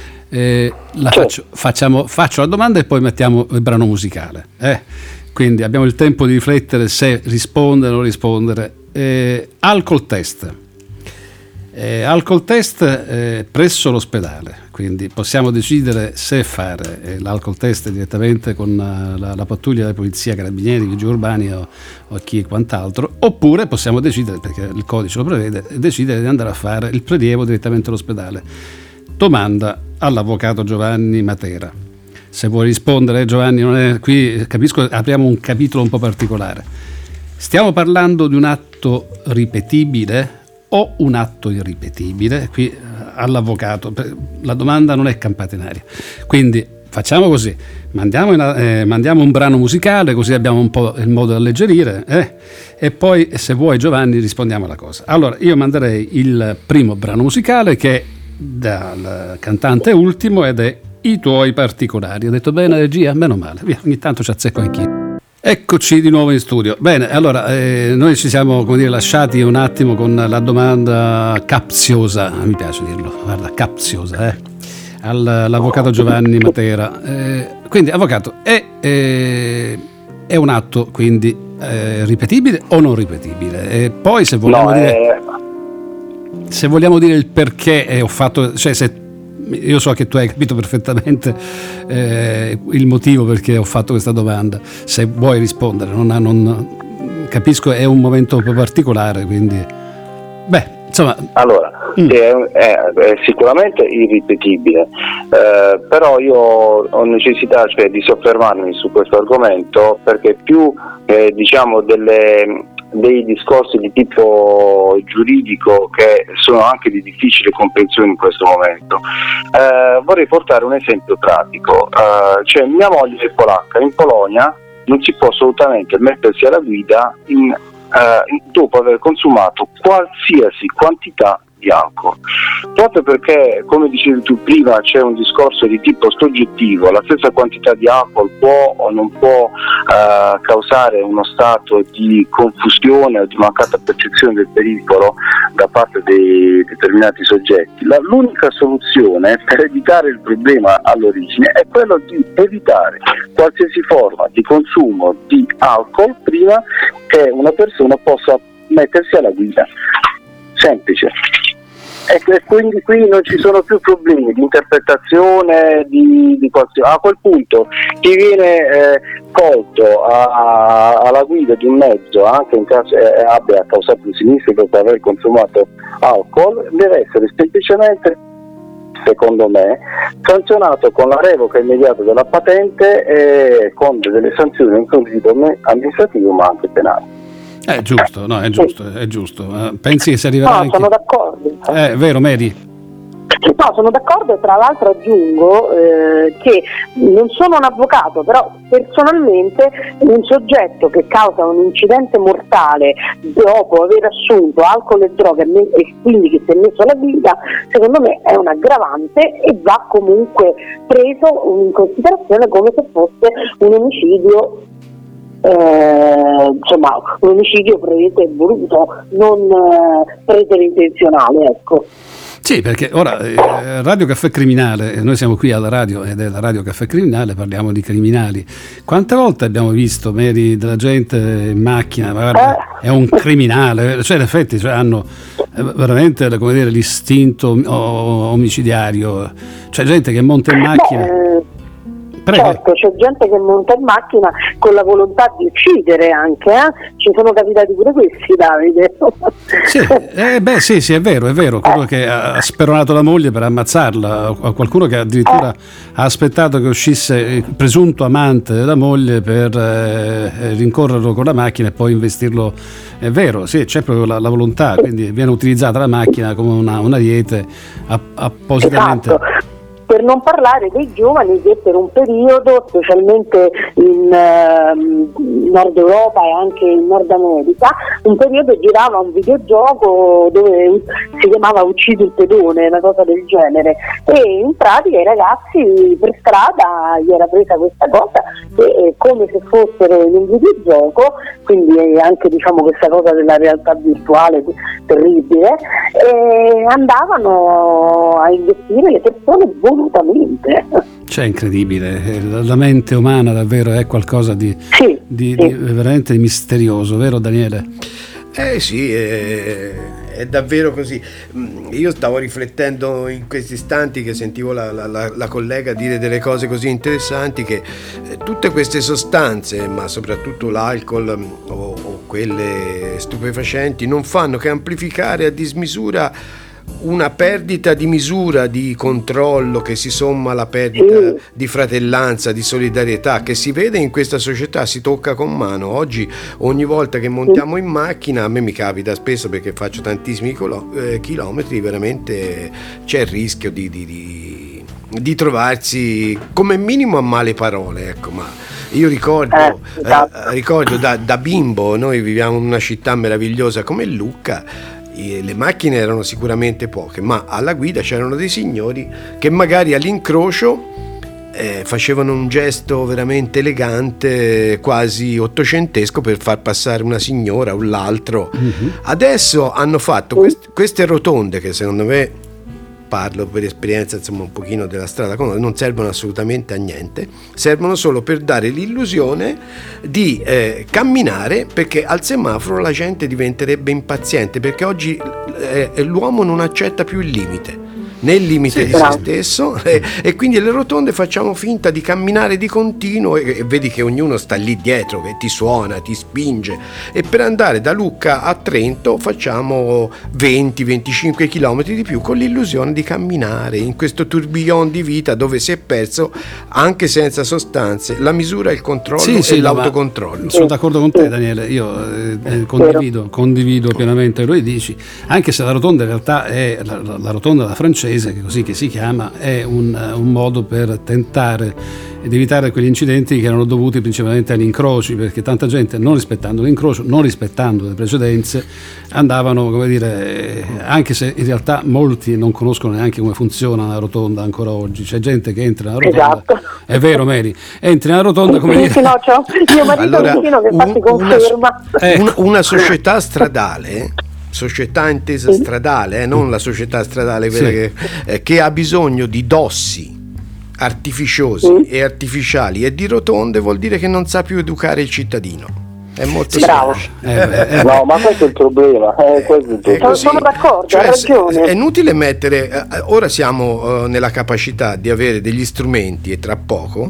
Faccio la domanda e poi mettiamo il brano musicale. Quindi abbiamo il tempo di riflettere se rispondere o non rispondere. Alcol test. Alcol test presso l'ospedale, quindi possiamo decidere se fare l'alcol test direttamente con la pattuglia della polizia, carabinieri, vigili urbani o chi e quant'altro, oppure possiamo decidere, perché il codice lo prevede, decidere di andare a fare il prelievo direttamente all'ospedale. Domanda all'avvocato Giovanni Matera. Se vuoi rispondere, Giovanni, non è qui, capisco, apriamo un capitolo un po' particolare. Stiamo parlando di un atto ripetibile o un atto irripetibile? Qui all'avvocato, la domanda non è campata in aria, quindi facciamo così, mandiamo un brano musicale, così abbiamo un po' il modo di alleggerire, e poi se vuoi, Giovanni, rispondiamo alla cosa. Allora io manderei il primo brano musicale, che è dal cantante Ultimo ed è I tuoi particolari. Ho detto bene, regia? Meno male, via, ogni tanto ci azzecco anch'io. Eccoci di nuovo in studio. Bene, allora noi ci siamo, come dire, lasciati un attimo con la domanda capziosa, mi piace dirlo, guarda, capziosa, all'avvocato Giovanni Matera. Quindi, avvocato, è un atto quindi ripetibile o non ripetibile? E poi se vogliamo dire il perché ho fatto, cioè se io so che tu hai capito perfettamente il motivo perché ho fatto questa domanda, se vuoi rispondere, non capisco, è un momento un po' particolare, quindi insomma. Allora, è sicuramente irripetibile, però io ho necessità, cioè, di soffermarmi su questo argomento, perché più diciamo dei discorsi di tipo giuridico che sono anche di difficile comprensione in questo momento. Vorrei portare un esempio pratico. Cioè, mia moglie è polacca, in Polonia non si può assolutamente mettersi alla guida dopo aver consumato qualsiasi quantità di alcol, proprio perché, come dicevi tu prima, c'è un discorso di tipo soggettivo. La stessa quantità di alcol può o non può causare uno stato di confusione o di mancata percezione del pericolo da parte dei determinati soggetti. L'unica soluzione per evitare il problema all'origine è quello di evitare qualsiasi forma di consumo di alcol prima che una persona possa mettersi alla guida. Semplice. E quindi qui non ci sono più problemi di interpretazione di qualsiasi. A quel punto chi viene colto alla guida di un mezzo, anche in caso abbia causato un sinistro dopo aver consumato alcol, deve essere semplicemente, secondo me, sanzionato con la revoca immediata della patente e con delle sanzioni non solo di tipo amministrativo ma anche penale. È giusto, no, è giusto. Pensi che si arriverà sono d'accordo. Vero, Mary? No, sono d'accordo e tra l'altro aggiungo che non sono un avvocato, però personalmente un soggetto che causa un incidente mortale dopo aver assunto alcol e droga e quindi che si è messo alla guida, secondo me è un aggravante e va comunque preso in considerazione come se fosse un omicidio. Insomma, un omicidio previsto e voluto, non preterintenzionale, ecco. Sì, perché ora Radio Caffè Criminale, noi siamo qui alla radio ed è la Radio Caffè Criminale, parliamo di criminali. Quante volte abbiamo visto della gente in macchina, ma guarda, è un criminale, cioè in effetti hanno veramente, come dire, l'istinto omicidiario, cioè gente che monta in macchina. Prego. Certo, c'è gente che monta in macchina con la volontà di uccidere anche, ci sono capitati pure questi, Davide. Sì, è vero, quello che ha speronato la moglie per ammazzarla, o qualcuno che addirittura ha aspettato che uscisse il presunto amante della moglie per rincorrerlo con la macchina e poi investirlo. È vero, sì, c'è proprio la volontà, quindi viene utilizzata la macchina come un ariete appositamente. Esatto. Per non parlare dei giovani che per un periodo, specialmente in Nord Europa e anche in Nord America, un periodo girava un videogioco dove si chiamava Uccidi il pedone, una cosa del genere, e in pratica i ragazzi per strada gli era presa questa cosa e come se fossero in un videogioco, quindi anche diciamo questa cosa della realtà virtuale terribile, e andavano a investire le persone volutamente. Cioè, incredibile, la mente umana davvero è qualcosa di veramente misterioso, vero Daniele? Sì, è davvero così. Io stavo riflettendo in questi istanti che sentivo la collega dire delle cose così interessanti, che tutte queste sostanze, ma soprattutto l'alcol o quelle stupefacenti, non fanno che amplificare a dismisura una perdita di misura di controllo che si somma alla perdita di fratellanza, di solidarietà che si vede in questa società, si tocca con mano. Oggi ogni volta che montiamo in macchina, a me mi capita spesso perché faccio tantissimi chilometri, veramente c'è il rischio di trovarsi come minimo a male parole, ecco. Ma io ricordo da bimbo, noi viviamo in una città meravigliosa come Lucca, le macchine erano sicuramente poche, ma alla guida c'erano dei signori che magari all'incrocio facevano un gesto veramente elegante, quasi ottocentesco, per far passare una signora o l'altro. Adesso hanno fatto queste rotonde che secondo me, parlo per esperienza insomma un pochino della strada, non servono assolutamente a niente, servono solo per dare l'illusione di camminare, perché al semaforo la gente diventerebbe impaziente, perché oggi l'uomo non accetta più il limite, nel limite di se stesso, e quindi le rotonde facciamo finta di camminare di continuo e vedi che ognuno sta lì dietro che ti suona, ti spinge, e per andare da Lucca a Trento facciamo 20-25 km di più con l'illusione di camminare in questo tourbillon di vita dove si è perso, anche senza sostanze, la misura, il controllo e l'autocontrollo. Sono d'accordo con te Daniele, io condivido pienamente quello che dici, anche se la rotonda in realtà è la rotonda da francese, che così che si chiama, è un modo per tentare di evitare quegli incidenti che erano dovuti principalmente agli incroci, perché tanta gente, non rispettando l'incrocio, non rispettando le precedenze, andavano, come dire, anche se in realtà molti non conoscono neanche come funziona una rotonda ancora oggi. C'è gente che entra nella rotonda, è vero Mary, entri nella rotonda come dire... No, c'ho mio marito vicino che infatti conferma. Una società stradale, società intesa stradale, non la società stradale quella che ha bisogno di dossi artificiosi e artificiali e di rotonde, vuol dire che non sa più educare il cittadino. È molto bravo. No, ma questo è il problema. Sono d'accordo, ha ragione. È inutile mettere. Ora siamo nella capacità di avere degli strumenti, e tra poco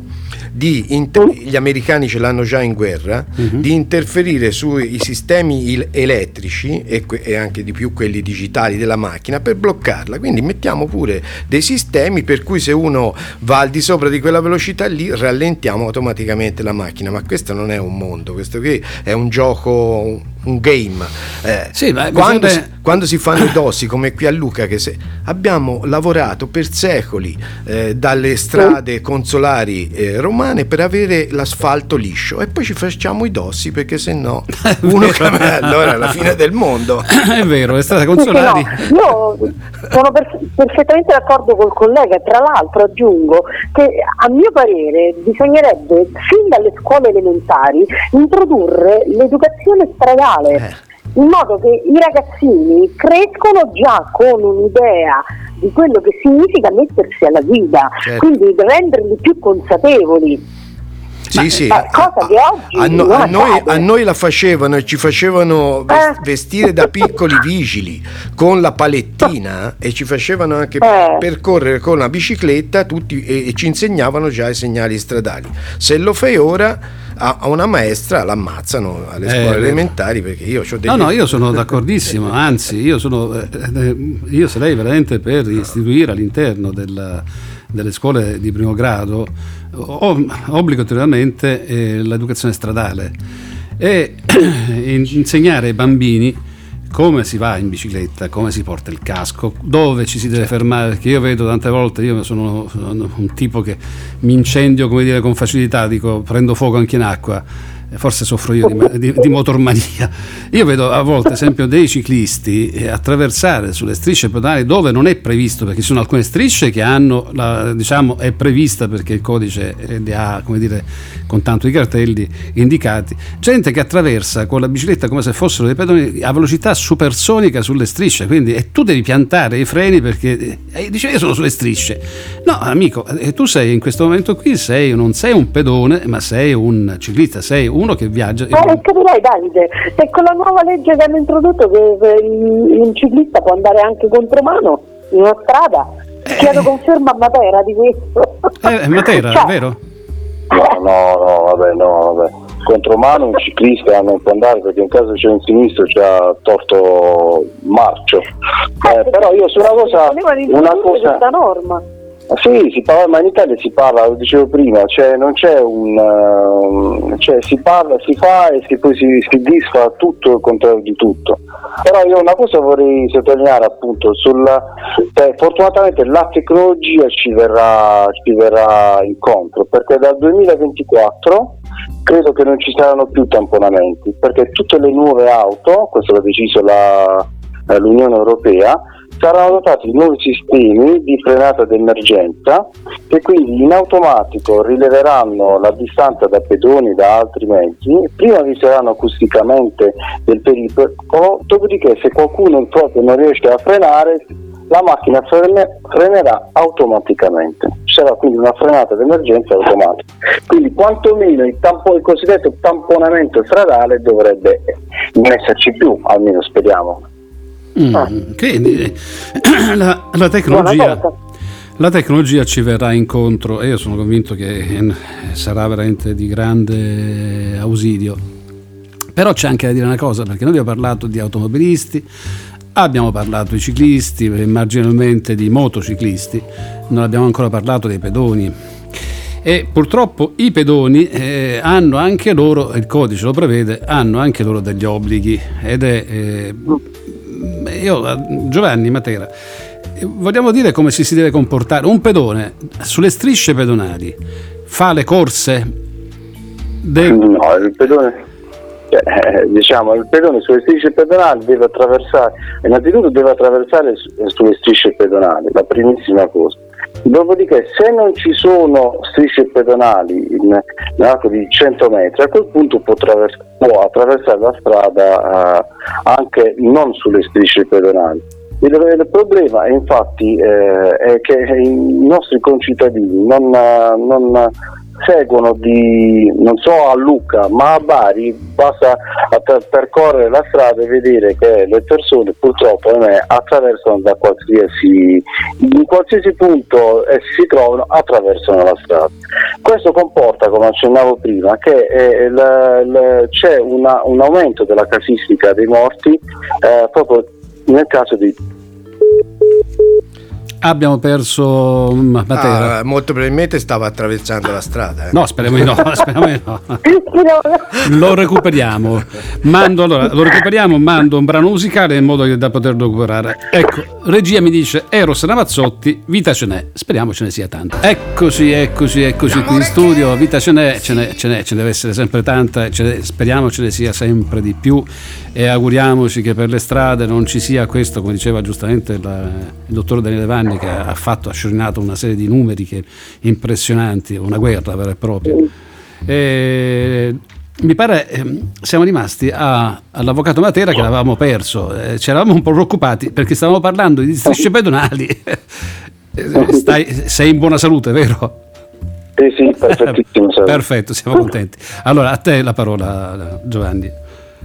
gli americani ce l'hanno già in guerra, di interferire sui sistemi elettrici e anche di più quelli digitali della macchina per bloccarla. Quindi mettiamo pure dei sistemi per cui se uno va al di sopra di quella velocità lì rallentiamo automaticamente la macchina. Ma questo non è un mondo, questo qui è un gioco un game. Sì, ma quando si fanno i dossi come qui a Lucca, che abbiamo lavorato per secoli dalle strade consolari romane per avere l'asfalto liscio, e poi ci facciamo i dossi perché sennò uno allora è la fine del mondo. È vero, le strade consolari. Sì, no. Io sono perfettamente d'accordo col collega. Tra l'altro aggiungo che a mio parere bisognerebbe fin dalle scuole elementari introdurre l'educazione stradale, in modo che i ragazzini crescono già con un'idea di quello che significa mettersi alla guida, quindi renderli più consapevoli. Sì. Cosa che oggi a noi la facevano e ci facevano vestire da piccoli vigili con la palettina e ci facevano anche percorrere con la bicicletta tutti, e ci insegnavano già i segnali stradali. Se lo fai ora a una maestra l'ammazzano alle scuole elementari, perché io ho degli... No, io sono d'accordissimo, anzi io sarei veramente per istituire all'interno delle scuole di primo grado obbligatoriamente l'educazione stradale e insegnare ai bambini come si va in bicicletta, come si porta il casco, dove ci si deve fermare, perché io vedo tante volte, io sono un tipo che mi incendio, come dire, con facilità, dico prendo fuoco anche in acqua, forse soffro io di motormania. Io vedo a volte, ad esempio, dei ciclisti attraversare sulle strisce pedonali dove non è previsto, perché ci sono alcune strisce che hanno è prevista perché il codice le ha, come dire, con tanto di cartelli indicati, gente che attraversa con la bicicletta come se fossero dei pedoni a velocità supersonica sulle strisce, quindi e tu devi piantare i freni perché dice io sono sulle strisce. No, amico, tu sei in questo momento qui, non sei un pedone, ma sei un ciclista, sei uno che viaggia. Capirai, Davide, e con la nuova legge che hanno introdotto che un ciclista può andare anche contromano in una strada, chiedo conferma a Matera di questo. Matera, vero? No, vabbè. Contromano un ciclista non può andare perché in caso c'è un sinistro c'ha torto marcio. Però io su una cosa questa norma. Sì, si parla, ma in Italia si parla, lo dicevo prima, cioè non c'è si parla, si fa e poi si disfa tutto il contrario di tutto. Però io una cosa vorrei sottolineare appunto fortunatamente la tecnologia ci verrà incontro, perché dal 2024 credo che non ci saranno più tamponamenti, perché tutte le nuove auto, questo l'ha deciso l'Unione Europea, saranno dotati di nuovi sistemi di frenata d'emergenza che quindi in automatico rileveranno la distanza da pedoni e da altri mezzi, prima avviseranno acusticamente del pericolo, dopodiché se qualcuno proprio non riesce a frenare la macchina frenerà automaticamente, ci sarà quindi una frenata d'emergenza automatica, quindi quantomeno il cosiddetto tamponamento stradale dovrebbe non esserci più, almeno speriamo. Quindi la tecnologia ci verrà incontro e io sono convinto che sarà veramente di grande ausilio. Però c'è anche da dire una cosa, perché noi abbiamo parlato di automobilisti, abbiamo parlato di ciclisti, marginalmente di motociclisti, non abbiamo ancora parlato dei pedoni. E purtroppo i pedoni hanno anche loro, il codice lo prevede, hanno anche loro degli obblighi ed è Giovanni Matera, vogliamo dire come si deve comportare un pedone sulle strisce pedonali? Fa le corse? No, il pedone il pedone sulle strisce pedonali deve attraversare, innanzitutto deve attraversare sulle strisce pedonali, la primissima cosa. Dopodiché, se non ci sono strisce pedonali nell'arco di 100 metri, a quel punto può attraversare la strada anche non sulle strisce pedonali. Il problema infatti è che i nostri concittadini non seguono non so a Lucca, ma a Bari basta percorrere la strada e vedere che le persone purtroppo attraversano in qualsiasi punto si trovano, attraversano la strada. Questo comporta, come accennavo prima, che c'è un aumento della casistica dei morti proprio nel caso di Abbiamo perso Matera. Molto probabilmente stava attraversando la strada. No, speriamo di no. Lo recuperiamo. Mando un brano musicale in modo da poterlo recuperare. Ecco, regia mi dice Eros Ramazzotti, vita ce n'è. Speriamo ce ne sia tanta. Eccoci qui in studio. Vita ce n'è, deve essere sempre tanta. Speriamo ce ne sia sempre di più. E auguriamoci che per le strade non ci sia questo, come diceva giustamente il dottor Daniele Vanni, che ha sciorinato una serie di numeri impressionanti, una guerra vera e propria. Mi pare siamo rimasti all'avvocato Matera, che l'avevamo perso, ci eravamo un po' preoccupati perché stavamo parlando di strisce pedonali. Sei in buona salute, vero? Sì, perfettissimo. Perfetto, siamo contenti. Allora, a te la parola, Giovanni.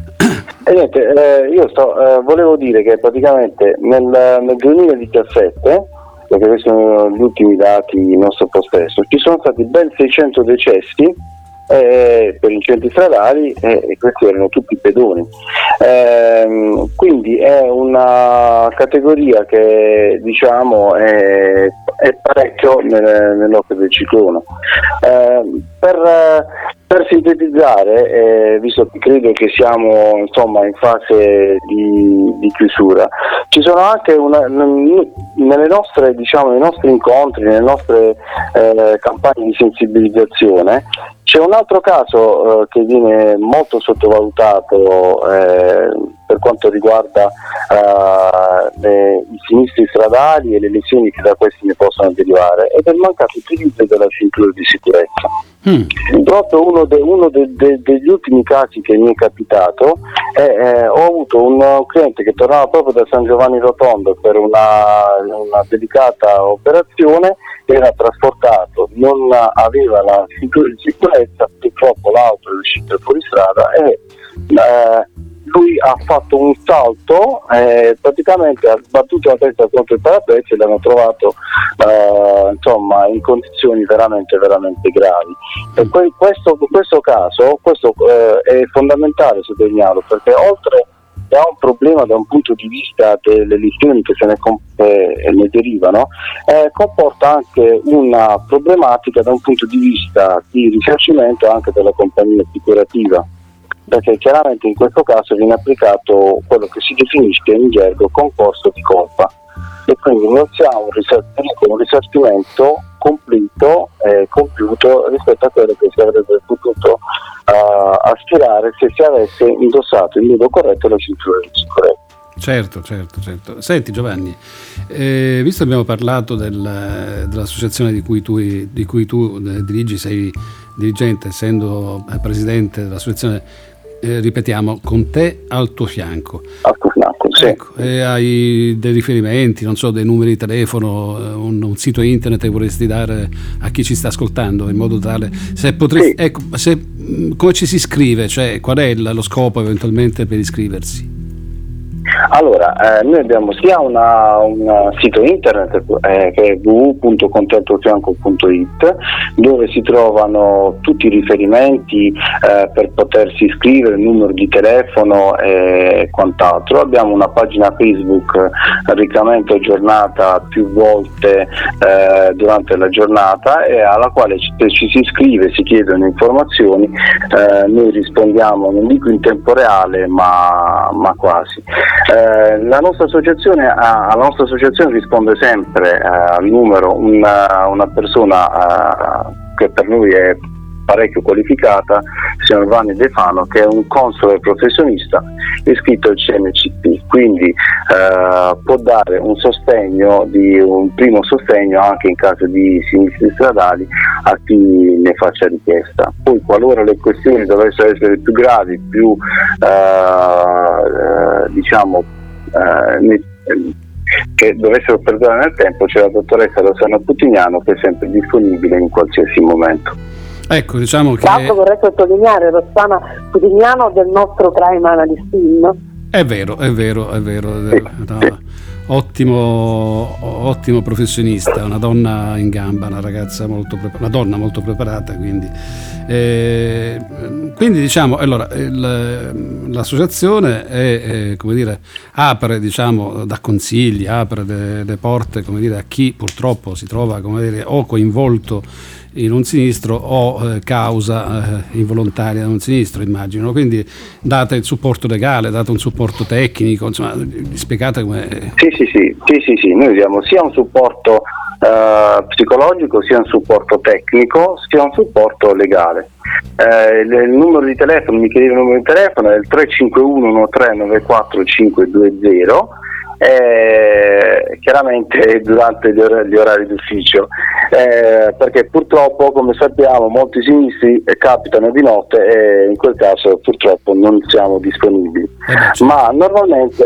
Io volevo dire che praticamente nel 2017, perché questi sono gli ultimi dati in nostro possesso, ci sono stati ben 600 decessi per incidenti stradali e questi erano tutti pedoni. Quindi è una categoria che diciamo è parecchio nell'occhio del ciclone. Per sintetizzare, visto che credo che siamo insomma in fase di chiusura, ci sono anche nelle nostre, diciamo, nei nostri incontri, nelle nostre campagne di sensibilizzazione, c'è un altro caso che viene molto sottovalutato per quanto riguarda i sinistri stradali e le lesioni che da questi ne possono derivare, ed è il mancato utilizzo della cintura di sicurezza. Proprio uno degli ultimi casi che mi è capitato ho avuto un cliente che tornava proprio da San Giovanni Rotondo per una delicata operazione, era trasportato, non aveva la cintura di sicurezza, purtroppo l'auto è uscita fuori strada e lui ha fatto un salto, praticamente ha sbattuto la testa contro il parapetti e l'hanno trovato insomma in condizioni veramente gravi. E questo caso è fondamentale sottolinearlo, perché oltre a un problema da un punto di vista delle lesioni che se ne derivano, comporta anche una problematica da un punto di vista di risarcimento anche della compagnia assicurativa, perché chiaramente in questo caso viene applicato quello che si definisce in gergo concorso di colpa, e quindi non siamo un risarcimento compiuto rispetto a quello che si avrebbe potuto aspirare se si avesse indossato in modo corretto la cintura di sicurezza. Certo. Senti Giovanni, visto che abbiamo parlato dell'associazione di cui tu dirigi, sei dirigente, essendo presidente dell'associazione, ripetiamo, con te al tuo fianco. Sì. Ecco, hai dei riferimenti, non so, dei numeri di telefono, un sito internet che vorresti dare a chi ci sta ascoltando, in modo tale, se potresti, ecco, come ci si iscrive, cioè qual è lo scopo eventualmente per iscriversi? Allora, noi abbiamo sia un sito internet che è www.contentofianco.it, dove si trovano tutti i riferimenti per potersi iscrivere, il numero di telefono e quant'altro. Abbiamo una pagina Facebook riccamente aggiornata più volte durante la giornata, e alla quale se ci si iscrive, si chiedono informazioni, noi rispondiamo, non dico in tempo reale, ma quasi. La nostra associazione risponde sempre al numero una persona che per noi è parecchio qualificata, il signor Vanni De Fano, che è un console professionista iscritto al CNCP, quindi può dare un primo sostegno anche in caso di sinistri stradali a chi ne faccia richiesta. Poi, qualora le questioni dovessero essere più gravi, più che dovessero perdurare nel tempo, c'è la dottoressa Rossana Putignano, che è sempre disponibile in qualsiasi momento. Ecco, diciamo che... Tra l'altro vorrei sottolineare Rossana Putignano del nostro Crime Analyst Team. È vero. No. ottimo professionista, una donna in gamba, una ragazza una donna molto preparata, quindi diciamo, allora l'associazione è, come dire, apre, diciamo, dà consigli, apre le porte, come dire, a chi purtroppo si trova, come dire, o coinvolto in un sinistro o causa involontaria da un sinistro, immagino. Quindi date il supporto legale, date un supporto tecnico, insomma, spiegate come. Sì, noi diamo sia un supporto psicologico, sia un supporto tecnico, sia un supporto legale. Il numero di telefono, mi chiedeva il numero di telefono, è il 351 1394 520. Chiaramente durante gli orari d'ufficio, perché purtroppo, come sappiamo, molti sinistri capitano di notte e in quel caso purtroppo non siamo disponibili, ma normalmente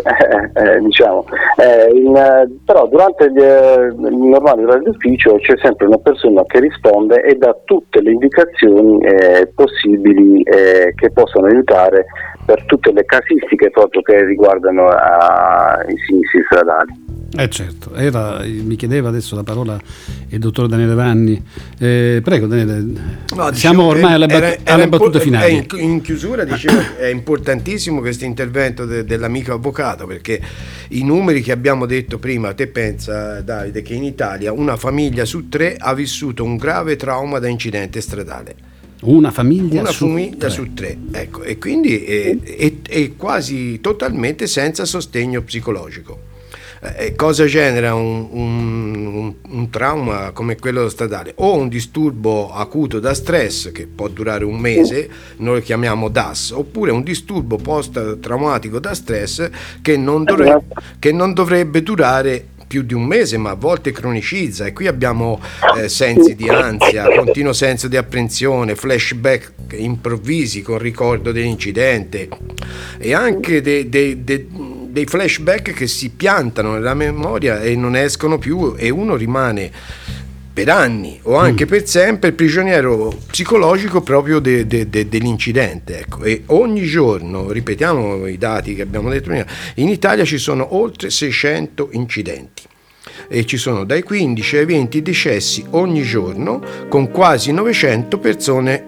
però durante gli normali orari d'ufficio c'è sempre una persona che risponde e dà tutte le indicazioni possibili che possono aiutare per tutte le casistiche proprio che riguardano i sinistri stradali. Certo, mi chiedeva adesso la parola il dottor Daniele Vanni. Prego Daniele, siamo ormai alle battute finali. In chiusura dicevo, è importantissimo questo intervento dell'amico avvocato, perché i numeri che abbiamo detto prima, te pensa Davide che in Italia una famiglia su 3 ha vissuto un grave trauma da incidente stradale. Una famiglia su 3, ecco, e quindi è quasi totalmente senza sostegno psicologico. Cosa genera un trauma come quello stradale? O un disturbo acuto da stress che può durare un mese, noi lo chiamiamo DAS, oppure un disturbo post-traumatico da stress che non dovrebbe durare più di un mese, ma a volte cronicizza, e qui abbiamo sensi di ansia, continuo senso di apprensione, flashback improvvisi con ricordo dell'incidente e anche dei flashback che si piantano nella memoria e non escono più, e uno rimane per anni o anche per sempre prigioniero psicologico proprio dell'incidente, ecco. E ogni giorno, ripetiamo i dati che abbiamo detto prima, in Italia ci sono oltre 600 incidenti e ci sono dai 15 ai 20 decessi ogni giorno, con quasi 900 persone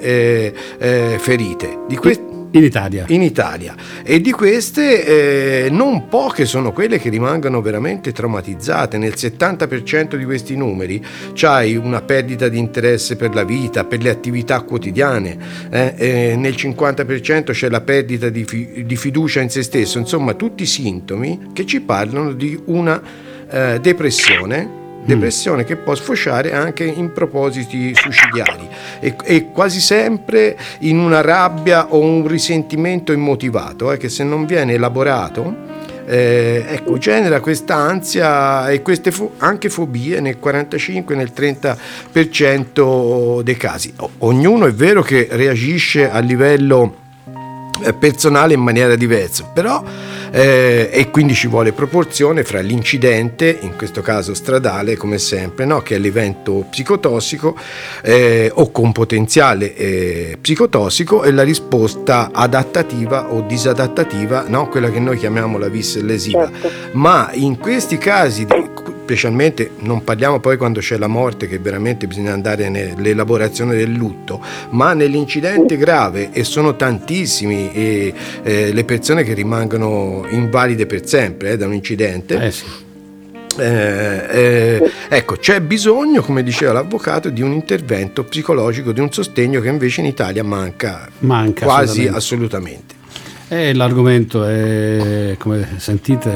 ferite. Di questi in Italia, e di queste non poche sono quelle che rimangono veramente traumatizzate. Nel 70% di questi numeri c'hai una perdita di interesse per la vita, per le attività quotidiane, nel 50% c'è la perdita di fiducia in se stesso, insomma tutti sintomi che ci parlano di una depressione che può sfociare anche in propositi suicidiari e quasi sempre in una rabbia o un risentimento immotivato che se non viene elaborato genera questa ansia e queste anche fobie nel 45 nel 30% dei casi. Ognuno è vero che reagisce a livello personale in maniera diversa, però e quindi ci vuole proporzione fra l'incidente, in questo caso stradale come sempre, no? Che è l'evento psicotossico o con potenziale psicotossico, e la risposta adattativa o disadattativa, no? Quella che noi chiamiamo la vis lesiva. Certo. Ma in questi casi specialmente non parliamo poi quando c'è la morte, che veramente bisogna andare nell'elaborazione del lutto, ma nell'incidente grave, e sono tantissimi le persone che rimangono invalide per sempre da un incidente. Sì. Ecco, c'è bisogno, come diceva l'avvocato, di un intervento psicologico, di un sostegno che invece in Italia manca quasi assolutamente. L'argomento è, come sentite,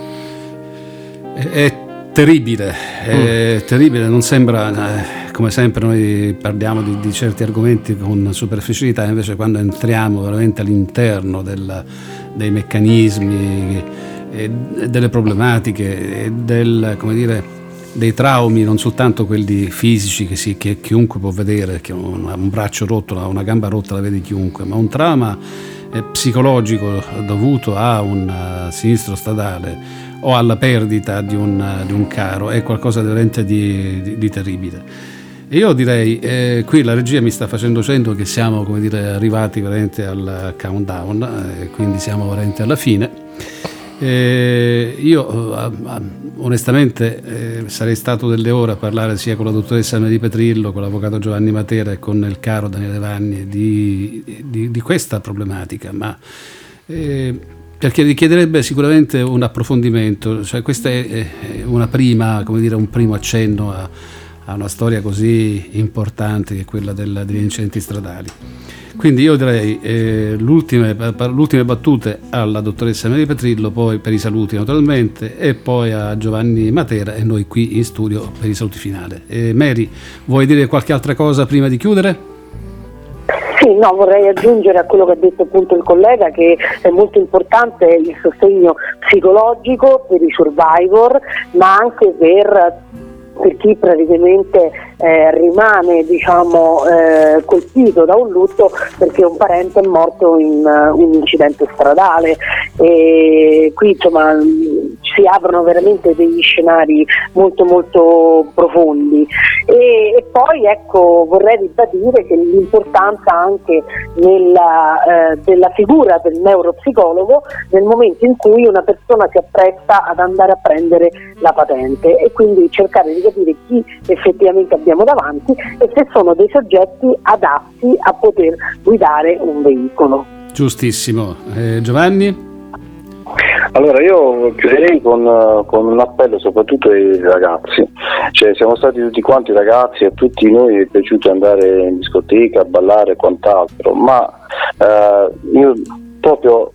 è terribile, non sembra, come sempre noi parliamo di certi argomenti con superficialità, invece quando entriamo veramente all'interno dei meccanismi, delle problematiche, dei traumi, non soltanto quelli fisici che chiunque può vedere, che un braccio rotto, una gamba rotta la vede chiunque, ma un trauma psicologico dovuto a un sinistro stradale o alla perdita di un caro è qualcosa veramente di terribile. E io direi, qui la regia mi sta facendo cenno che siamo, arrivati veramente al countdown, quindi siamo veramente alla fine. Io onestamente sarei stato delle ore a parlare sia con la dottoressa Mary Petrillo, con l'avvocato Giovanni Matera e con il caro Daniele Vanni di questa problematica, ma perché richiederebbe sicuramente un approfondimento, cioè questa è una prima, come dire, un primo accenno a una storia così importante che è quella degli incidenti stradali. Quindi io direi le ultime battute alla dottoressa Mary Petrillo, poi per i saluti naturalmente, e poi a Giovanni Matera e noi qui in studio per i saluti finali. Mary, vuoi dire qualche altra cosa prima di chiudere? Sì, no, vorrei aggiungere a quello che ha detto appunto il collega che è molto importante il sostegno psicologico per i survivor, ma anche per chi praticamente rimane colpito da un lutto perché un parente è morto in un incidente stradale, e qui insomma si aprono veramente degli scenari molto molto profondi e poi ecco vorrei ribadire che l'importanza anche della figura del neuropsicologo nel momento in cui una persona si appresta ad andare a prendere la patente, e quindi cercare di capire chi effettivamente abbiamo davanti e se sono dei soggetti adatti a poter guidare un veicolo. Giustissimo. Giovanni? Allora io chiuderei con un appello soprattutto ai ragazzi, cioè siamo stati tutti quanti ragazzi e a tutti noi è piaciuto andare in discoteca, a ballare e quant'altro, ma io proprio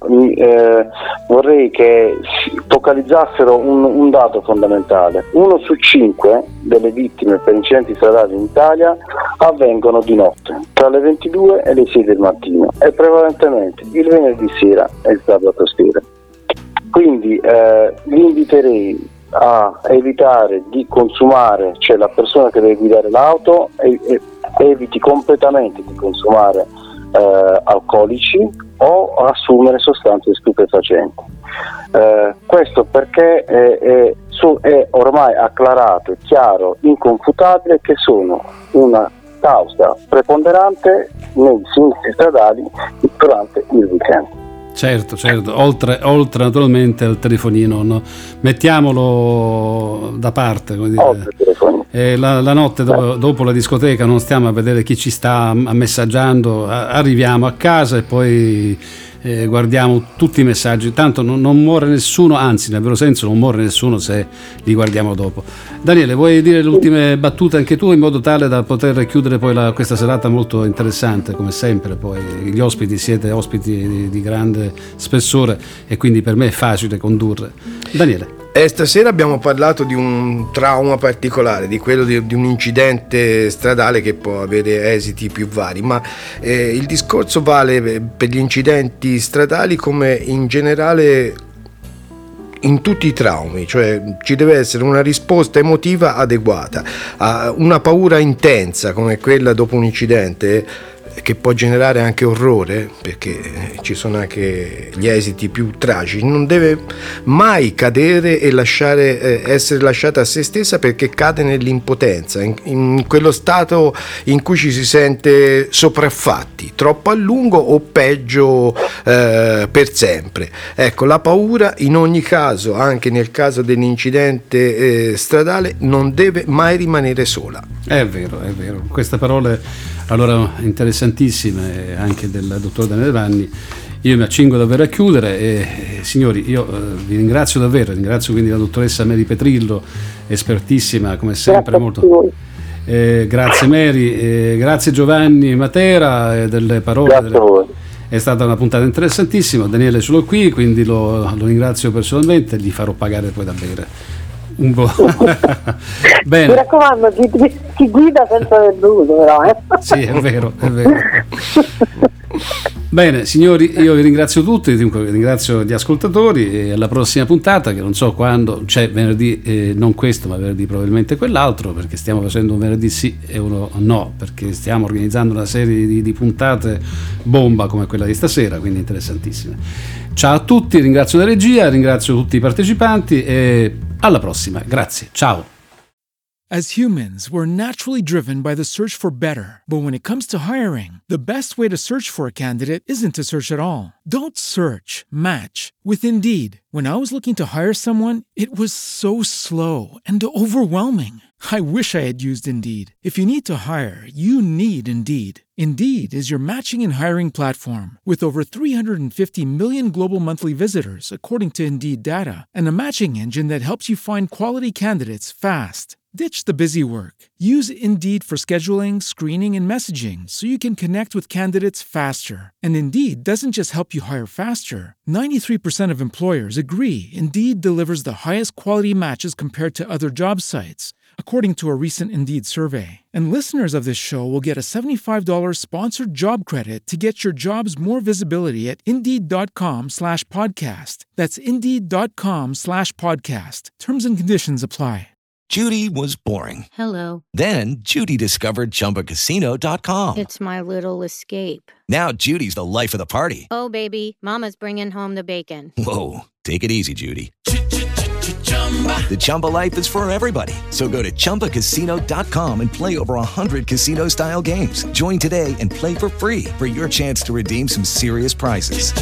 vorrei che focalizzassero un dato fondamentale: 1 su 5 delle vittime per incidenti stradali in Italia avvengono di notte, tra le 22 e le 6 del mattino, e prevalentemente il venerdì sera e il sabato sera. Quindi vi inviterei a evitare di consumare, cioè la persona che deve guidare l'auto eviti completamente di consumare alcolici o assumere sostanze stupefacenti. Questo perché è ormai acclarato, chiaro, inconfutabile che sono una causa preponderante nei sinistri stradali durante il weekend. Certo, oltre naturalmente al telefonino, no? Mettiamolo da parte, come dire. La notte dopo la discoteca non stiamo a vedere chi ci sta messaggiando, arriviamo a casa e poi guardiamo tutti i messaggi, tanto non muore nessuno, anzi nel vero senso non muore nessuno se li guardiamo dopo. Daniele, vuoi dire le ultime battute anche tu in modo tale da poter chiudere poi questa serata molto interessante come sempre? Poi gli ospiti, siete ospiti di grande spessore e quindi per me è facile condurre. Daniele. Stasera abbiamo parlato di un trauma particolare, di quello di un incidente stradale che può avere esiti più vari, ma il discorso vale per gli incidenti stradali come in generale in tutti i traumi, cioè ci deve essere una risposta emotiva adeguata a una paura intensa come quella dopo un incidente che può generare anche orrore, perché ci sono anche gli esiti più tragici. Non deve mai cadere e essere lasciata a se stessa, perché cade nell'impotenza, in quello stato in cui ci si sente sopraffatti troppo a lungo o peggio per sempre. Ecco, la paura in ogni caso, anche nel caso dell'incidente stradale, non deve mai rimanere sola. È vero, queste parole allora interessantissime anche del dottor Daniele Vanni. Io mi accingo davvero a chiudere e signori io vi ringrazio davvero, ringrazio quindi la dottoressa Mary Petrillo, espertissima come sempre. Grazie Mary, grazie Giovanni Matera delle parole. È stata una puntata interessantissima. Daniele ce l'ho qui, quindi lo ringrazio personalmente, gli farò pagare poi da bere un po'. Bene. Mi raccomando, chi guida senza aver bevuto, però. Sì, è vero. Bene, signori, io vi ringrazio tutti, dunque vi ringrazio gli ascoltatori e alla prossima puntata, che non so quando, c'è venerdì, non questo, ma venerdì probabilmente quell'altro, perché stiamo facendo un venerdì sì e uno no, perché stiamo organizzando una serie di puntate bomba come quella di stasera, quindi interessantissime. Ciao a tutti, ringrazio la regia, ringrazio tutti i partecipanti e alla prossima, grazie, ciao. As humans, we're naturally driven by the search for better. But when it comes to hiring, the best way to search for a candidate isn't to search at all. Don't search, match with Indeed. When I was looking to hire someone, it was so slow and overwhelming. I wish I had used Indeed. If you need to hire, you need Indeed. Indeed is your matching and hiring platform with over 350 million global monthly visitors, according to Indeed data, and a matching engine that helps you find quality candidates fast. Ditch the busy work. Use Indeed for scheduling, screening, and messaging so you can connect with candidates faster. And Indeed doesn't just help you hire faster. 93% of employers agree Indeed delivers the highest quality matches compared to other job sites, according to a recent Indeed survey. And listeners of this show will get a $75 sponsored job credit to get your jobs more visibility at Indeed.com/podcast. That's Indeed.com/podcast. Terms and conditions apply. Judy was boring. Hello. Then Judy discovered ChumbaCasino.com. It's my little escape. Now Judy's the life of the party. Oh, baby, mama's bringing home the bacon. Whoa, take it easy, Judy. The Chumba life is for everybody. So go to ChumbaCasino.com and play over 100 casino-style games. Join today and play for free for your chance to redeem some serious prizes.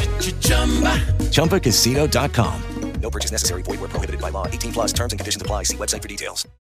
ChumbaCasino.com. No purchase necessary. Void where prohibited by law. 18+ terms and conditions apply. See website for details.